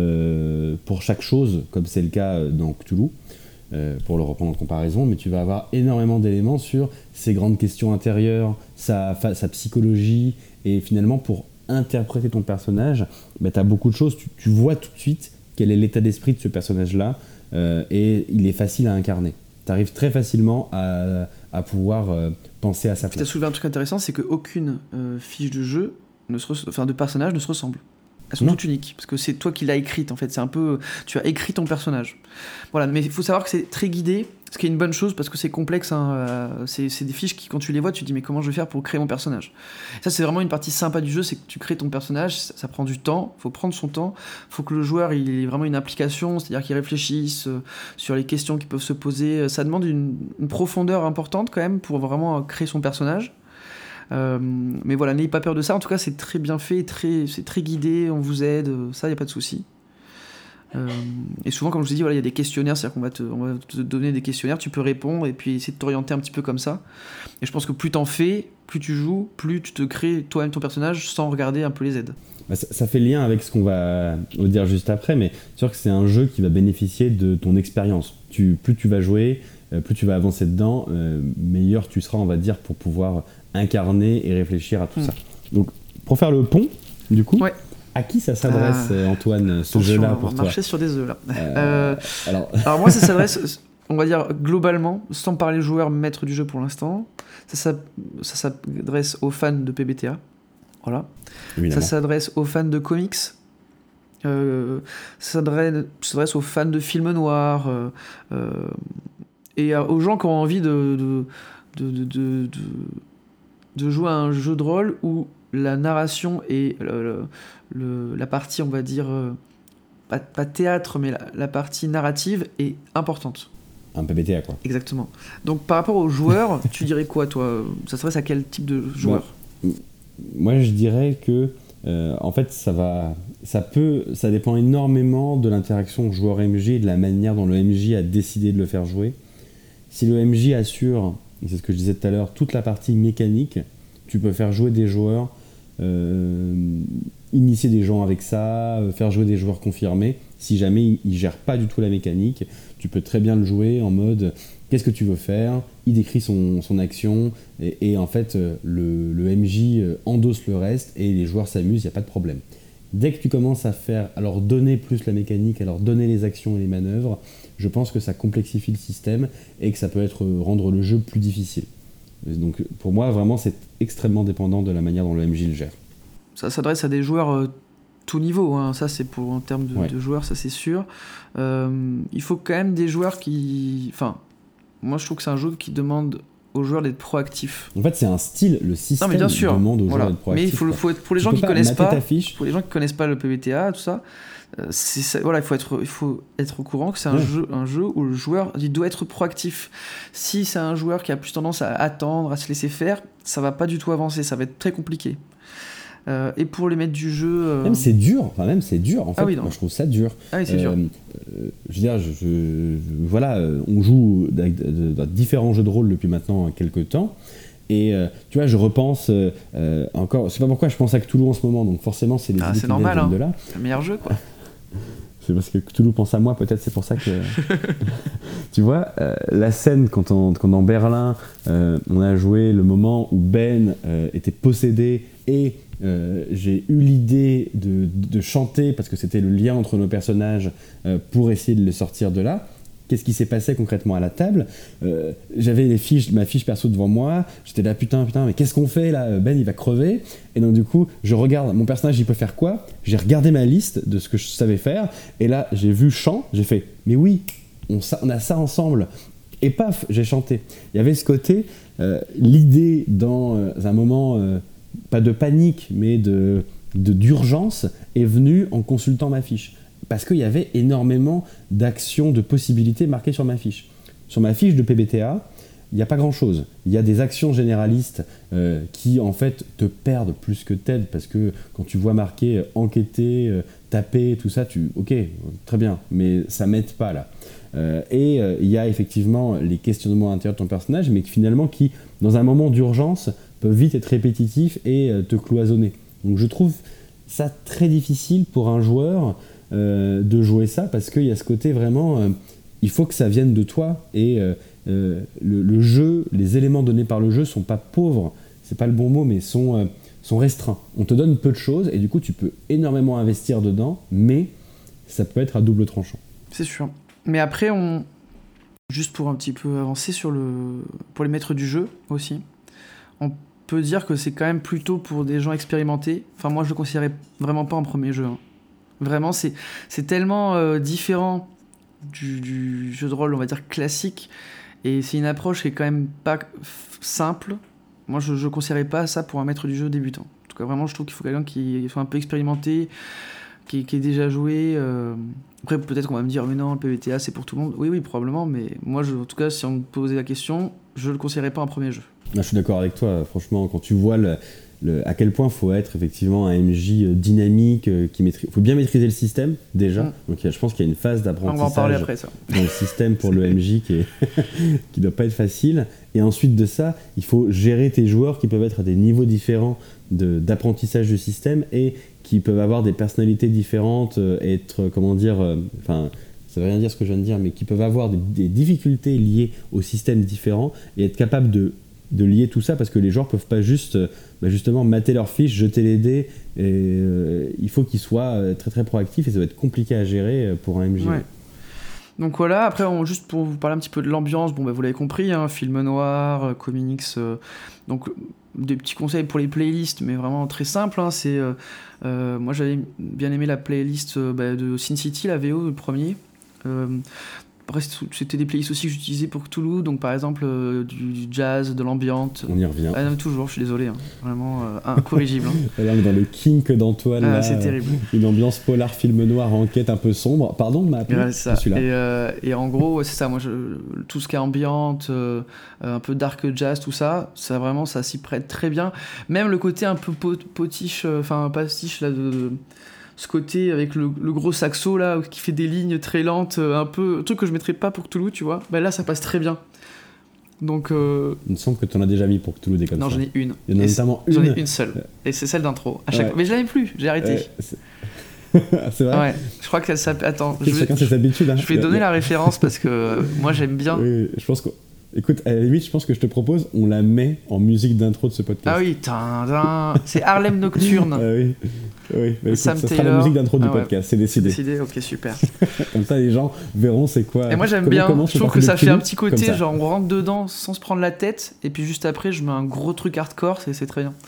Euh, pour chaque chose, comme c'est le cas dans Cthulhu, euh, pour le reprendre en comparaison, mais tu vas avoir énormément d'éléments sur ses grandes questions intérieures, sa, fa- sa psychologie, et finalement pour interpréter ton personnage, bah, tu as beaucoup de choses, tu, tu vois tout de suite quel est l'état d'esprit de ce personnage-là, euh, et il est facile à incarner. Tu arrives très facilement à, à pouvoir euh, penser à sa place. Tu as soulevé un truc intéressant, c'est qu'aucune euh, fiche de jeu, ne se re- enfin de personnage ne se ressemble. Elles sont non. toutes uniques, parce que c'est toi qui l'as écrite en fait, c'est un peu, tu as écrit ton personnage. Voilà, mais il faut savoir que c'est très guidé, ce qui est une bonne chose parce que c'est complexe, hein, euh, c'est, c'est des fiches qui quand tu les vois, tu te dis mais comment je vais faire pour créer mon personnage. Ça c'est vraiment une partie sympa du jeu, c'est que tu crées ton personnage, ça, ça prend du temps, il faut prendre son temps, il faut que le joueur il ait vraiment une implication, c'est-à-dire qu'il réfléchisse euh, sur les questions qui peuvent se poser, ça demande une, une profondeur importante quand même pour vraiment créer son personnage. Euh, mais voilà, n'ayez pas peur de ça. En tout cas, c'est très bien fait, très, c'est très guidé, on vous aide, ça, il n'y a pas de souci. Euh, et souvent, comme je vous ai dit, voilà, il y a des questionnaires, c'est-à-dire qu'on va te, on va te donner des questionnaires, tu peux répondre et puis essayer de t'orienter un petit peu comme ça. Et je pense que plus t'en fais, plus tu joues, plus tu te crées toi-même ton personnage sans regarder un peu les aides. Bah, ça, ça fait lien avec ce qu'on va vous dire juste après, mais c'est sûr que c'est un jeu qui va bénéficier de ton expérience. Tu, plus tu vas jouer, plus tu vas avancer dedans, euh, meilleur tu seras, on va dire, pour pouvoir incarner et réfléchir à tout mmh. ça. Donc, pour faire le pont, du coup, ouais. à qui ça s'adresse, euh, Antoine, ce Attention, jeu-là on pour va toi ? marcher sur des œufs, là. Euh, Euh, alors... alors moi, ça s'adresse... on va dire globalement, sans parler joueur maître du jeu pour l'instant, ça, ça, ça s'adresse aux fans de P B T A. Voilà. Évidemment. Ça s'adresse aux fans de comics. Euh, ça s'adresse, ça s'adresse aux fans de films noirs. Euh, euh, et aux gens qui ont envie de, de, de, de, de, de, de jouer à un jeu de rôle où la narration et le, le, le, la partie, on va dire, euh, pas, pas théâtre, mais la, la partie narrative est importante. Un P B T A, quoi. Exactement. Donc, par rapport aux joueurs, tu dirais quoi, toi ? Ça s'adresse à quel type de joueur ? Bon, moi, je dirais que, euh, en fait, ça va, ça peut, ça dépend énormément de l'interaction joueur-M J et de la manière dont le M J a décidé de le faire jouer. Si le M J assure, c'est ce que je disais tout à l'heure, toute la partie mécanique, tu peux faire jouer des joueurs, euh, initier des gens avec ça, euh, faire jouer des joueurs confirmés. Si jamais il ne gère pas du tout la mécanique, tu peux très bien le jouer en mode qu'est-ce que tu veux faire, il décrit son, son action et, et en fait le, le M J endosse le reste et les joueurs s'amusent, il n'y a pas de problème. Dès que tu commences à faire, à leur donner plus la mécanique, à leur donner les actions et les manœuvres, je pense que ça complexifie le système et que ça peut être rendre le jeu plus difficile. Donc pour moi vraiment c'est extrêmement dépendant de la manière dont le M J le gère. Ça s'adresse à des joueurs euh, tout niveau, hein. Ça c'est pour en termes de, ouais. de joueurs, ça c'est sûr. Euh, il faut quand même des joueurs qui... Enfin, moi je trouve que c'est un jeu qui demande aux joueurs d'être proactifs. En fait c'est un style, le système non, mais bien sûr. demande aux voilà. joueurs d'être proactifs. Mais il faut, faut être, pour les gens qui connaissent pas, pour les gens qui connaissent pas le P B T A, tout ça, euh, c'est ça, voilà, il faut être, il faut être au courant que c'est un, ouais. jeu, un jeu où le joueur il doit être proactif. Si c'est un joueur qui a plus tendance à attendre, à se laisser faire, ça va pas du tout avancer, ça va être très compliqué. Euh, et pour les maîtres du jeu... Euh... Même c'est dur, enfin même c'est dur en fait, ah oui, moi je trouve ça dur. Ah oui, c'est euh, dur. Euh, je veux dire, je, je, je, voilà, on joue dans différents jeux de rôle depuis maintenant quelques temps, et euh, tu vois, je repense euh, encore, je sais pas pourquoi je pense à Cthulhu en ce moment, donc forcément c'est les ah, idées c'est qui normal, viennent hein. de là. C'est le meilleur jeu, quoi. C'est parce que Cthulhu pense à moi, peut-être c'est pour ça que... tu vois, euh, la scène quand, on, quand dans Berlin, euh, on a joué le moment où Ben euh, était possédé et euh, j'ai eu l'idée de, de chanter parce que c'était le lien entre nos personnages euh, pour essayer de les sortir de là. Qu'est-ce qui s'est passé concrètement à la table ? euh, J'avais les fiches, ma fiche perso devant moi, j'étais là putain putain mais qu'est-ce qu'on fait là ? Ben il va crever. Et donc du coup je regarde mon personnage, il peut faire quoi ? J'ai regardé ma liste de ce que je savais faire et là j'ai vu chant, j'ai fait mais oui on, on a ça ensemble et paf j'ai chanté. Il y avait ce côté, euh, l'idée dans euh, un moment euh, pas de panique mais de, de, d'urgence est venue en consultant ma fiche. Parce qu'il y avait énormément d'actions, de possibilités marquées sur ma fiche. Sur ma fiche de P B T A, il n'y a pas grand-chose. Il y a des actions généralistes euh, qui, en fait, te perdent plus que t'aident, parce que quand tu vois marqué euh, enquêter, euh, taper, tout ça, tu... Ok, très bien, mais ça ne m'aide pas, là. Euh, et euh, il y a effectivement les questionnements à l'intérieur de ton personnage, mais qui, finalement, qui, dans un moment d'urgence, peuvent vite être répétitifs et euh, te cloisonner. Donc je trouve ça très difficile pour un joueur... Euh, de jouer ça parce qu'il y a ce côté vraiment euh, il faut que ça vienne de toi et euh, euh, le, le jeu, les éléments donnés par le jeu sont pas pauvres, c'est pas le bon mot mais sont, euh, sont restreints, on te donne peu de choses et du coup tu peux énormément investir dedans mais ça peut être à double tranchant. C'est sûr, mais après on juste pour un petit peu avancer sur le pour les maîtres du jeu aussi, on peut dire que c'est quand même plutôt pour des gens expérimentés, enfin moi je le considérais vraiment pas en premier jeu hein. Vraiment, c'est, c'est tellement euh, différent du, du jeu de rôle, on va dire, classique. Et c'est une approche qui est quand même pas f- simple. Moi, je ne conseillerais pas ça pour un maître du jeu débutant. En tout cas, vraiment, je trouve qu'il faut quelqu'un qui soit un peu expérimenté, qui, qui ait déjà joué. Euh... Après, peut-être qu'on va me dire, mais non, le P B T A, c'est pour tout le monde. Oui, oui, probablement. Mais moi, je, en tout cas, si on me posait la question, je ne le conseillerais pas en premier jeu. Ah, je suis d'accord avec toi. Franchement, quand tu vois le... Le, à quel point il faut être effectivement un M J dynamique, euh, qui maîtrise. Il faut bien maîtriser le système déjà. Mmh. Donc je pense qu'il y a une phase d'apprentissage On va en parler après, ça. dans le système pour le M J qui est qui doit pas être facile. Et ensuite de ça, il faut gérer tes joueurs qui peuvent être à des niveaux différents de, d'apprentissage du système et qui peuvent avoir des personnalités différentes, euh, être comment dire, enfin. Euh, ça veut rien dire ce que je viens de dire, mais qui peuvent avoir des, des difficultés liées au système différent et être capables de de lier tout ça parce que les joueurs peuvent pas juste bah justement mater leurs fiches, jeter les dés et euh, il faut qu'ils soient très très proactifs et ça va être compliqué à gérer pour un M J. Ouais. Donc voilà, après, on, juste pour vous parler un petit peu de l'ambiance, bon, bah, vous l'avez compris, hein, film noir, euh, comics, euh, donc des petits conseils pour les playlists, mais vraiment très simple, hein, c'est, euh, euh, moi j'avais bien aimé la playlist euh, bah, de Sin City, la V O, le premier. Euh, Après, c'était des playlists aussi que j'utilisais pour Cthulhu, donc par exemple euh, du jazz, de l'ambiance. On y revient. Ah non, toujours, je suis désolé, hein. Vraiment euh, incorrigible. Hein. Là, on est dans le kink d'Antoine. Ah, là, c'est terrible. Une ambiance polar, film noir, enquête un peu sombre. Pardon, m'a appelé Ouais, c'est ça. celui-là. Et, euh, et en gros, ouais, c'est ça. Moi, je, tout ce qui est ambiante, euh, un peu dark jazz, tout ça, ça vraiment, ça s'y prête très bien. Même le côté un peu pot, potiche, enfin euh, pastiche là de, de ce côté avec le, le gros saxo là qui fait des lignes très lentes, un peu un truc que je mettrais pas pour Cthulhu, tu vois. Ben là, ça passe très bien. Donc, euh... il me semble que tu en as déjà mis pour Cthulhu des comme non, ça. j'en ai une. Il y en a notamment une. J'en ai une seule. Et c'est celle d'intro. À chaque... Ouais. Mais je l'avais plus. J'ai arrêté. Ouais, c'est... c'est vrai. Ouais. Je crois que ça. Attends. Je Chacun vais... ses habitudes. Hein. Je vais donner ouais. la référence parce que euh, moi j'aime bien. Oui, je pense que. Écoute, à la limite, je pense que je te propose, on la met en musique d'intro de ce podcast. Ah oui, tin, c'est Harlem Nocturne. Ah oui, oui. Bah, écoute, Sam ça Taylor. sera la musique d'intro du Ah ouais. podcast, c'est décidé. C'est décidé, ok, super. Comme ça, les gens verront c'est quoi. Et moi j'aime bien, je trouve que ça fait un petit côté, genre on rentre dedans sans se prendre la tête, et puis juste après je mets un gros truc hardcore, c'est, c'est très bien.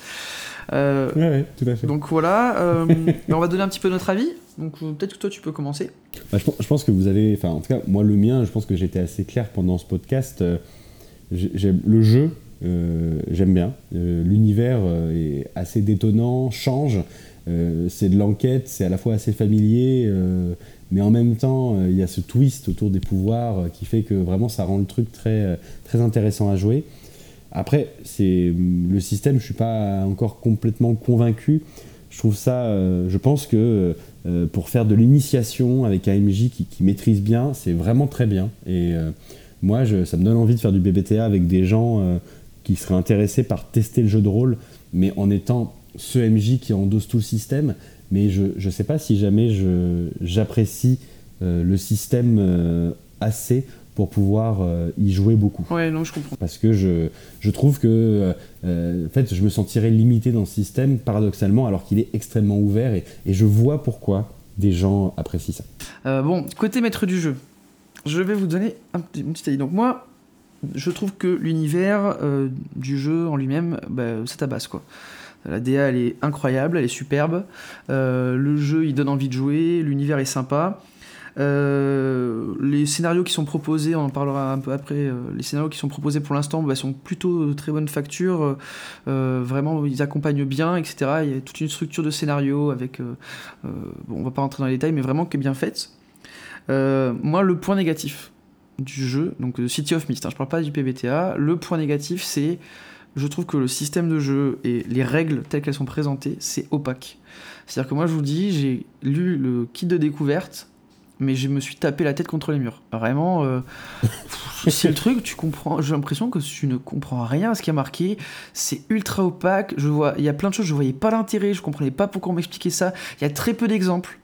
Euh, ouais, ouais, tout à fait. Donc voilà, euh, on va donner un petit peu notre avis. Donc peut-être que toi tu peux commencer. Bah, je, pense, je pense que vous avez, enfin en tout cas moi le mien, je pense que j'étais assez clair pendant ce podcast. Euh, j'ai, le jeu, euh, j'aime bien. Euh, l'univers euh, est assez détonnant, change. Euh, c'est de l'enquête, c'est à la fois assez familier, euh, mais en même temps il euh, y a ce twist autour des pouvoirs euh, qui fait que vraiment ça rend le truc très, très intéressant à jouer. Après, c'est, le système, je suis pas encore complètement convaincu. Je trouve ça, euh, je pense que euh, pour faire de l'initiation avec un M J qui, qui maîtrise bien, c'est vraiment très bien. Et euh, moi, je, ça me donne envie de faire du B B T A avec des gens euh, qui seraient intéressés par tester le jeu de rôle, mais en étant ce M J qui endosse tout le système. Mais je ne sais pas si jamais je, j'apprécie euh, le système euh, assez pour pouvoir euh, y jouer beaucoup. Ouais, non, je comprends. Parce que je, je trouve que euh, en fait, je me sentirais limité dans ce système, paradoxalement, alors qu'il est extrêmement ouvert, et, et je vois pourquoi des gens apprécient ça. Euh, bon, côté maître du jeu, je vais vous donner un petit, une petite idée. Donc moi, je trouve que l'univers euh, du jeu en lui-même, bah, c'est ta base, quoi. La D A, elle est incroyable, elle est superbe. Euh, le jeu, il donne envie de jouer, l'univers est sympa. Euh, les scénarios qui sont proposés, on en parlera un peu après, euh, les scénarios qui sont proposés pour l'instant bah, sont plutôt de très bonne facture, euh, vraiment ils accompagnent bien, et cetera. Il y a toute une structure de scénario avec, euh, euh, bon, on va pas rentrer dans les détails, mais vraiment qui est bien faite. Euh, moi, le point négatif du jeu, donc de City of Mist, hein, je parle pas du P B T A, le point négatif c'est, je trouve que le système de jeu et les règles telles qu'elles sont présentées, c'est opaque. C'est-à-dire que moi je vous dis, j'ai lu le kit de découverte, mais je me suis tapé la tête contre les murs. Vraiment, euh, c'est le truc, tu comprends. J'ai l'impression que tu ne comprends rien à ce qui est marqué. C'est ultra opaque. Je vois, il y a plein de choses, je voyais pas l'intérêt, je comprenais pas pourquoi on m'expliquait ça. Il y a très peu d'exemples.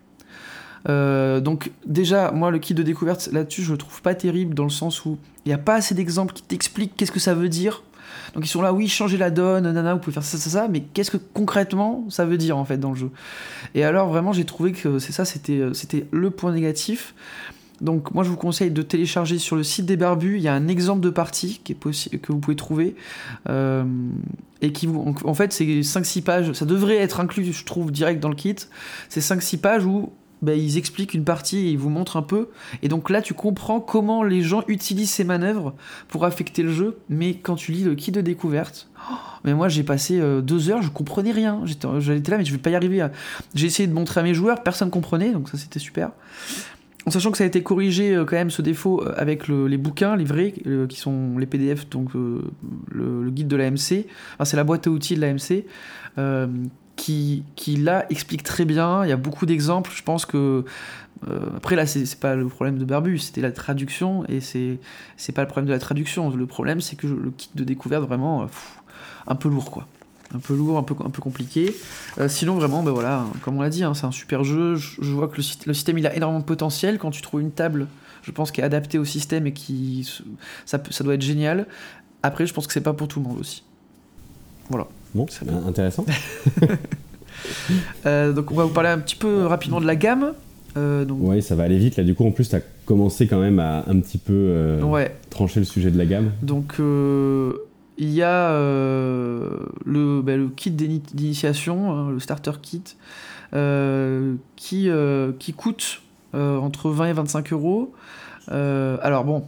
Euh, donc déjà, moi, le kit de découverte là-dessus, je le trouve pas terrible dans le sens où il y a pas assez d'exemples qui t'expliquent qu'est-ce que ça veut dire. Donc ils sont là, oui, changez la donne, nanana, vous pouvez faire ça, ça, ça, mais qu'est-ce que concrètement ça veut dire en fait dans le jeu ? Et alors vraiment, j'ai trouvé que c'est ça, c'était, c'était le point négatif. Donc moi, je vous conseille de télécharger sur le site des Barbus. Il y a un exemple de partie qui est possi- que vous pouvez trouver euh, et qui vous, en fait, c'est cinq six pages. Ça devrait être inclus, je trouve, direct dans le kit. C'est cinq six pages où bah, ils expliquent une partie et ils vous montrent un peu. Et donc là, tu comprends comment les gens utilisent ces manœuvres pour affecter le jeu. Mais quand tu lis le kit de découverte, oh, mais moi j'ai passé euh, deux heures, je comprenais rien. J'étais, j'étais là, mais je vais pas y arriver. À... J'ai essayé de montrer à mes joueurs, personne comprenait, donc ça c'était super. En sachant que ça a été corrigé euh, quand même ce défaut euh, avec le, les bouquins livrés euh, qui sont les P D F, donc euh, le, le guide de l'A M C. Enfin, c'est la boîte à outils de l'A M C. Euh, Qui, qui là explique très bien, il y a beaucoup d'exemples, je pense que euh, après là c'est, c'est pas le problème de Barbu, c'était la traduction et c'est, c'est pas le problème de la traduction, le problème c'est que je, le kit de découverte vraiment euh, pff, un peu lourd quoi, un peu lourd, un peu, un peu compliqué, euh, sinon vraiment ben voilà, comme on l'a dit hein, c'est un super jeu, je, je vois que le, le système il a énormément de potentiel, quand tu trouves une table je pense qui est adaptée au système et qui ça, ça doit être génial, après je pense que c'est pas pour tout le monde aussi, voilà. Bon, c'est intéressant. euh, donc on va vous parler un petit peu rapidement de la gamme. Euh, donc... Ouais, ça va aller vite. Là, du coup, en plus, tu as commencé quand même à un petit peu euh, ouais. trancher le sujet de la gamme. Donc, euh, il y a euh, le, bah, le kit d'initiation, hein, le starter kit, euh, qui, euh, qui coûte euh, entre vingt et vingt-cinq euros. Euh, alors bon,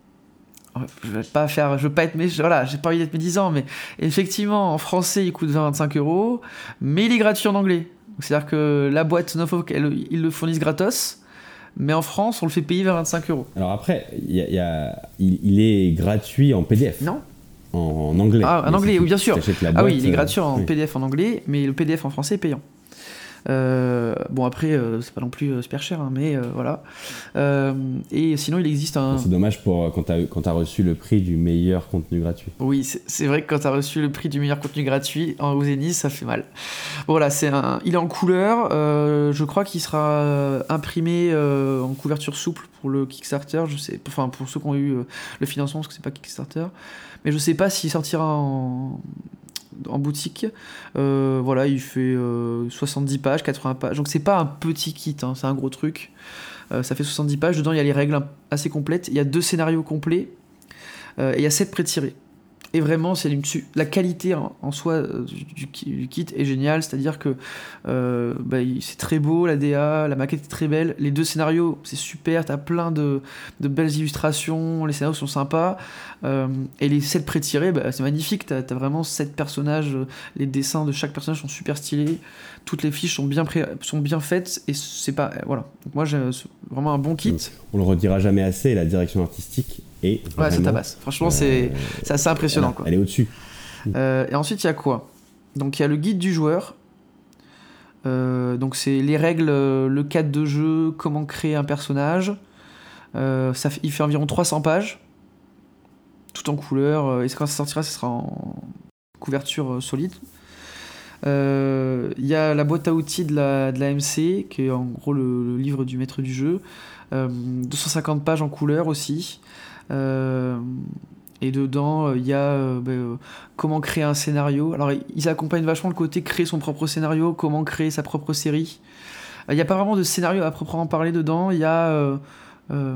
je vais pas faire, je vais pas être, mais voilà, j'ai pas envie d'être médisant, mais effectivement, en français, il coûte vingt à vingt-cinq euros, mais il est gratuit en anglais. C'est-à-dire que la boîte Snowfolk, ils le fournissent gratos, mais en France, on le fait payer vingt à vingt-cinq euros. Alors après, y a, y a, il, il est gratuit en P D F. Non. En, en anglais. Ah, en anglais, si oui, bien sûr. Boîte, ah oui, il est gratuit en euh, P D F en anglais, mais le P D F en français est payant. Euh, bon après euh, c'est pas non plus euh, super cher hein, mais euh, voilà euh, et sinon il existe un... C'est dommage pour quand t'as, quand t'as reçu le prix du meilleur contenu gratuit. Oui c'est, c'est vrai que quand t'as reçu le prix du meilleur contenu gratuit en Zénith ça fait mal. Bon, voilà, c'est un... il est en couleur, euh, je crois qu'il sera imprimé euh, en couverture souple pour le Kickstarter, je sais, enfin pour ceux qui ont eu euh, le financement parce que c'est pas Kickstarter, mais je sais pas s'il sortira en en boutique. Euh, voilà, il fait euh, soixante-dix pages, quatre-vingts pages. Donc c'est pas un petit kit, hein, c'est un gros truc. Euh, ça fait soixante-dix pages. Dedans, il y a les règles assez complètes. Il y a deux scénarios complets. Euh, et il y a sept pré-tirés. Et vraiment, c'est une, la qualité en, en soi euh, du, du kit est géniale. C'est-à-dire que euh, bah, c'est très beau, la D A, la maquette est très belle. Les deux scénarios, c'est super. T'as plein de, de belles illustrations. Les scénarios sont sympas. Euh, et les sept pré-tirés, bah, c'est magnifique. T'as, t'as vraiment sept personnages. Les dessins de chaque personnage sont super stylés. Toutes les fiches sont bien, pré- sont bien faites. Et c'est pas. Voilà. Donc moi, j'ai vraiment un bon kit. Donc, on le redira jamais assez. La direction artistique est. Ouais, ça tabasse. Franchement, euh, c'est, c'est assez impressionnant. Voilà, quoi. Elle est au-dessus. Euh, et ensuite, il y a quoi ? Donc, il y a le guide du joueur. Euh, donc, c'est les règles, le cadre de jeu, comment créer un personnage. Euh, ça fait, il fait environ trois cents pages, tout en couleur. Et quand ça sortira, ça sera en couverture solide. Euh, il y a la boîte à outils de la, de la M C, qui est en gros le, le livre du maître du jeu. Euh, deux cent cinquante pages en couleur aussi. Euh, et dedans, il euh, y a euh, bah, euh, comment créer un scénario. Alors, ils accompagnent vachement le côté créer son propre scénario, comment créer sa propre série. Il euh, n'y a pas vraiment de scénario à proprement parler dedans. Il y a euh, euh,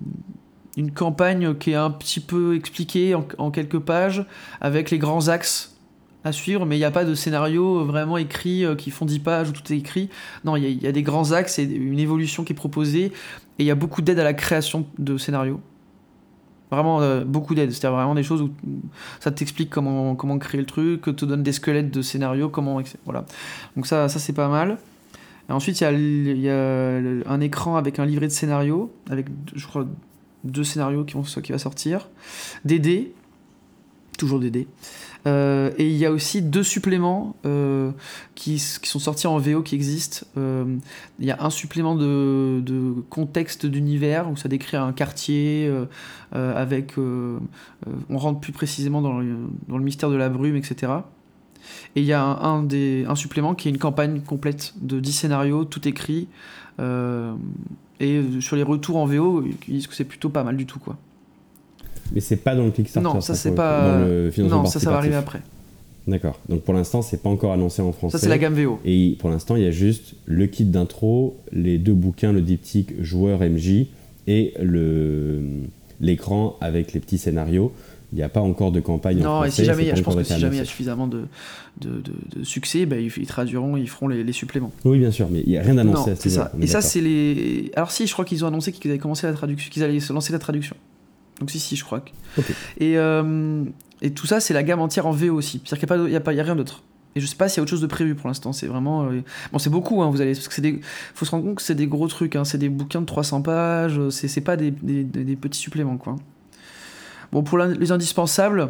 une campagne qui est un petit peu expliquée en, en quelques pages, avec les grands axes à suivre, mais il n'y a pas de scénario vraiment écrit euh, qui font dix pages où tout est écrit. Non, il y, y a des grands axes et une évolution qui est proposée, et il y a beaucoup d'aide à la création de scénarios. Vraiment euh, beaucoup d'aide, c'est-à-dire vraiment des choses où ça t'explique comment, comment créer le truc, que te donne des squelettes de scénarios, comment... Voilà. Donc ça, ça c'est pas mal. Et ensuite, il y a, y a un écran avec un livret de scénarios, avec, je crois, deux scénarios qui, vont, qui va sortir. Des dés, toujours des dés. Euh, et il y a aussi deux suppléments euh, qui, qui sont sortis en V O qui existent. Euh, il y a un supplément de, de contexte d'univers où ça décrit un quartier euh, euh, avec... Euh, euh, on rentre plus précisément dans le, dans le mystère de la brume, et cetera. Et il y a un, un, des, un supplément qui est une campagne complète de dix scénarios, tout écrit. Euh, et sur les retours en V O, ils disent que c'est plutôt pas mal du tout, quoi. Mais c'est pas dans le Kickstarter. Non, ça, ça c'est pas. Dans le financement non, ça, ça va arriver après. D'accord. Donc pour l'instant, c'est pas encore annoncé en français. Ça, c'est la gamme V O. Et pour l'instant, il y a juste le kit d'intro, les deux bouquins, le diptyque joueur M J et le l'écran avec les petits scénarios. Il n'y a pas encore de campagne non, en français. Non, et si jamais, je pense que si jamais il y a suffisamment de, de, de, de succès, bah, ils, ils traduiront, ils feront les, les suppléments. Oui, bien sûr, mais il n'y a rien d'annoncé non, à ce c'est ça. Et ça, c'est les. Alors si, je crois qu'ils ont annoncé qu'ils avaient commencé la traduction, qu'ils allaient se lancer la traduction. Donc si, si, je crois que... Okay. Et, euh, et tout ça, c'est la gamme entière en V O aussi. C'est-à-dire qu'il n'y a, a, a rien d'autre. Et je sais pas s'il y a autre chose de prévu pour l'instant. C'est vraiment... Euh... Bon, c'est beaucoup, hein, vous allez... Parce que c'est des... faut se rendre compte que c'est des gros trucs. Hein. C'est des bouquins de trois cents pages. C'est, c'est pas des, des, des, des petits suppléments, quoi. Bon, pour les indispensables,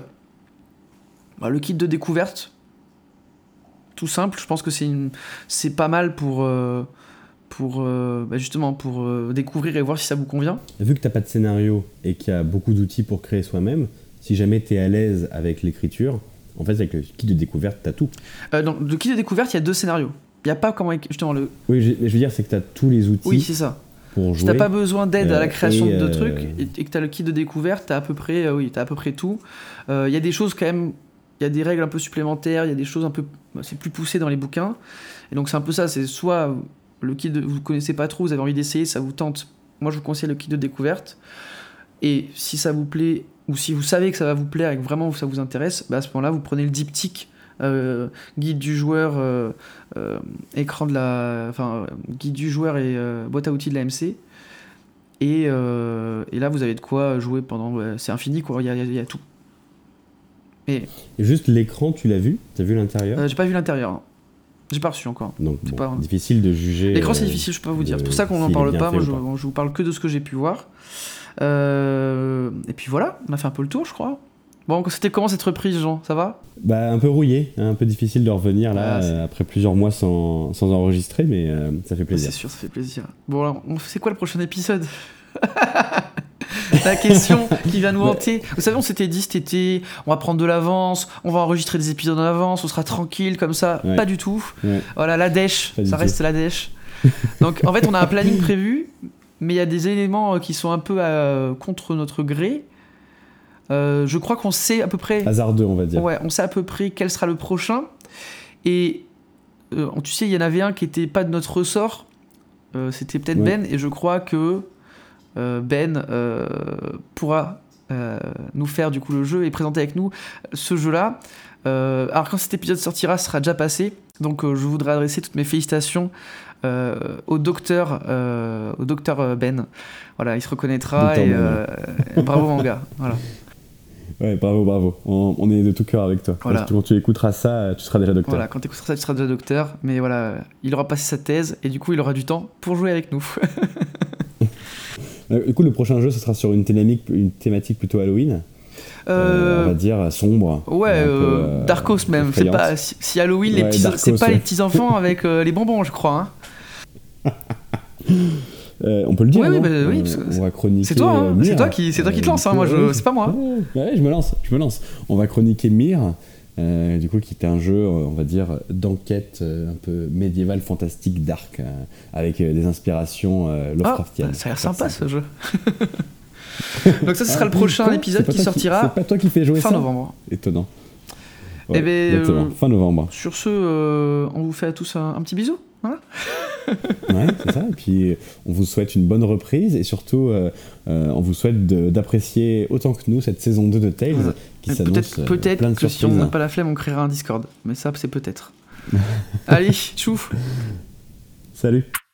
bah, le kit de découverte, tout simple. Je pense que c'est, une... c'est pas mal pour... Euh... pour euh, bah justement pour euh, découvrir et voir si ça vous convient. Vu que t'as pas de scénario et qu'il y a beaucoup d'outils pour créer soi-même, si jamais t'es à l'aise avec l'écriture, en fait avec le kit de découverte t'as tout. Euh, dans le kit de découverte il y a deux scénarios. Il y a pas comment justement le. Oui, je, je veux dire c'est que t'as tous les outils. Oui, c'est ça. Pour jouer. Si t'as pas besoin d'aide euh, à la création et de euh... trucs et, et que t'as le kit de découverte, t'as à peu près euh, oui t'as à peu près tout. Il euh, y a des choses quand même. Il y a des règles un peu supplémentaires. Il y a des choses un peu c'est plus poussé dans les bouquins. Et donc c'est un peu ça. C'est soit le kit de, vous connaissez pas trop, vous avez envie d'essayer, ça vous tente, moi je vous conseille le kit de découverte. Et si ça vous plaît, ou si vous savez que ça va vous plaire et que vraiment ça vous intéresse, bah à ce moment-là, vous prenez le diptyque euh, guide du joueur, euh, euh, écran de la, enfin guide du joueur et euh, boîte à outils de l'A M C. Et, euh, et là, vous avez de quoi jouer pendant, ouais, c'est infini quoi. Il y a, il y a tout. Et, et juste l'écran, tu l'as vu? T'as vu l'intérieur? euh, J'ai pas vu l'intérieur. Hein. J'ai pas reçu encore. Donc bon, pas... difficile de juger. L'écran c'est euh, difficile, je peux pas vous dire. de... C'est pour ça qu'on n'en s'il parle est pas. Moi, je, pas. je vous parle que de ce que j'ai pu voir. Euh, et puis voilà, on a fait un peu le tour, je crois. Bon, c'était comment cette reprise, Jean? Ça va? Bah, un peu rouillé, hein, un peu difficile de revenir là, ah, euh, après plusieurs mois sans, sans enregistrer, mais euh, ça fait plaisir. C'est sûr, ça fait plaisir. Bon, alors, c'est quoi le prochain épisode? La question qui vient nous hanter. Vous savez, on s'était dit cet été, on va prendre de l'avance, on va enregistrer des épisodes en avance, on sera tranquille comme ça. Ouais. Pas du tout. Ouais. Voilà, la dèche, Pas ça reste tout. La dèche. Donc, en fait, on a un planning prévu, mais il y a des éléments qui sont un peu euh, contre notre gré. Euh, je crois qu'on sait à peu près. Hasardeux, on va dire. Ouais, on sait à peu près quel sera le prochain. Et euh, tu sais, il y en avait un qui était pas de notre ressort. Euh, c'était peut-être ouais. Ben, et je crois que euh, Ben euh, pourra euh, nous faire du coup le jeu et présenter avec nous ce jeu-là. Euh, alors quand cet épisode sortira, ce sera déjà passé. Donc euh, je voudrais adresser toutes mes félicitations euh, au docteur, euh, au docteur Ben. Voilà, il se reconnaîtra docteur et euh, bravo mon gars. Voilà. Ouais, bravo, bravo. On, on est de tout cœur avec toi. Voilà. Quand tu écouteras ça, tu seras déjà docteur. Voilà, quand tu écouteras ça, tu seras déjà docteur. Mais voilà, il aura passé sa thèse et du coup, il aura du temps pour jouer avec nous. Du coup, le prochain jeu, ce sera sur une thématique, une thématique plutôt Halloween. Euh... Euh, on va dire sombre. Ouais, euh, euh, Darkos même. C'est pas, si, si Halloween, ouais, les petits, Darkos, c'est pas ouais. les petits enfants avec euh, les bonbons, je crois. Hein. Euh, on peut le dire, oui, oui, bah, oui, on, on va chroniquer. C'est toi, hein, c'est toi qui, c'est toi qui te lance, hein, moi, je, c'est pas moi. Ouais, ouais, je me lance, je me lance. On va chroniquer Myr, euh, du coup, qui était un jeu, on va dire, d'enquête euh, un peu médiéval, fantastique, dark, euh, avec euh, des inspirations euh, Lovecraftiennes. Ah, ça a l'air sympa ce jeu. Donc ça, ce sera ah, le prochain quoi épisode qui sortira. Qui, c'est pas toi qui fais jouer fin ça. novembre. Étonnant. Ouais, eh ben, exactement. Euh, fin novembre. Sur ce, euh, on vous fait à tous un, un petit bisou. Voilà. Ouais, c'est ça. Et puis, on vous souhaite une bonne reprise et surtout, euh, euh, on vous souhaite de, d'apprécier autant que nous cette saison deux de Tales ouais. qui et s'annonce peut-être, peut-être plein de que surprises. Si on n'a pas la flemme, on créera un Discord. Mais ça, c'est peut-être. Allez, tchouf. Salut.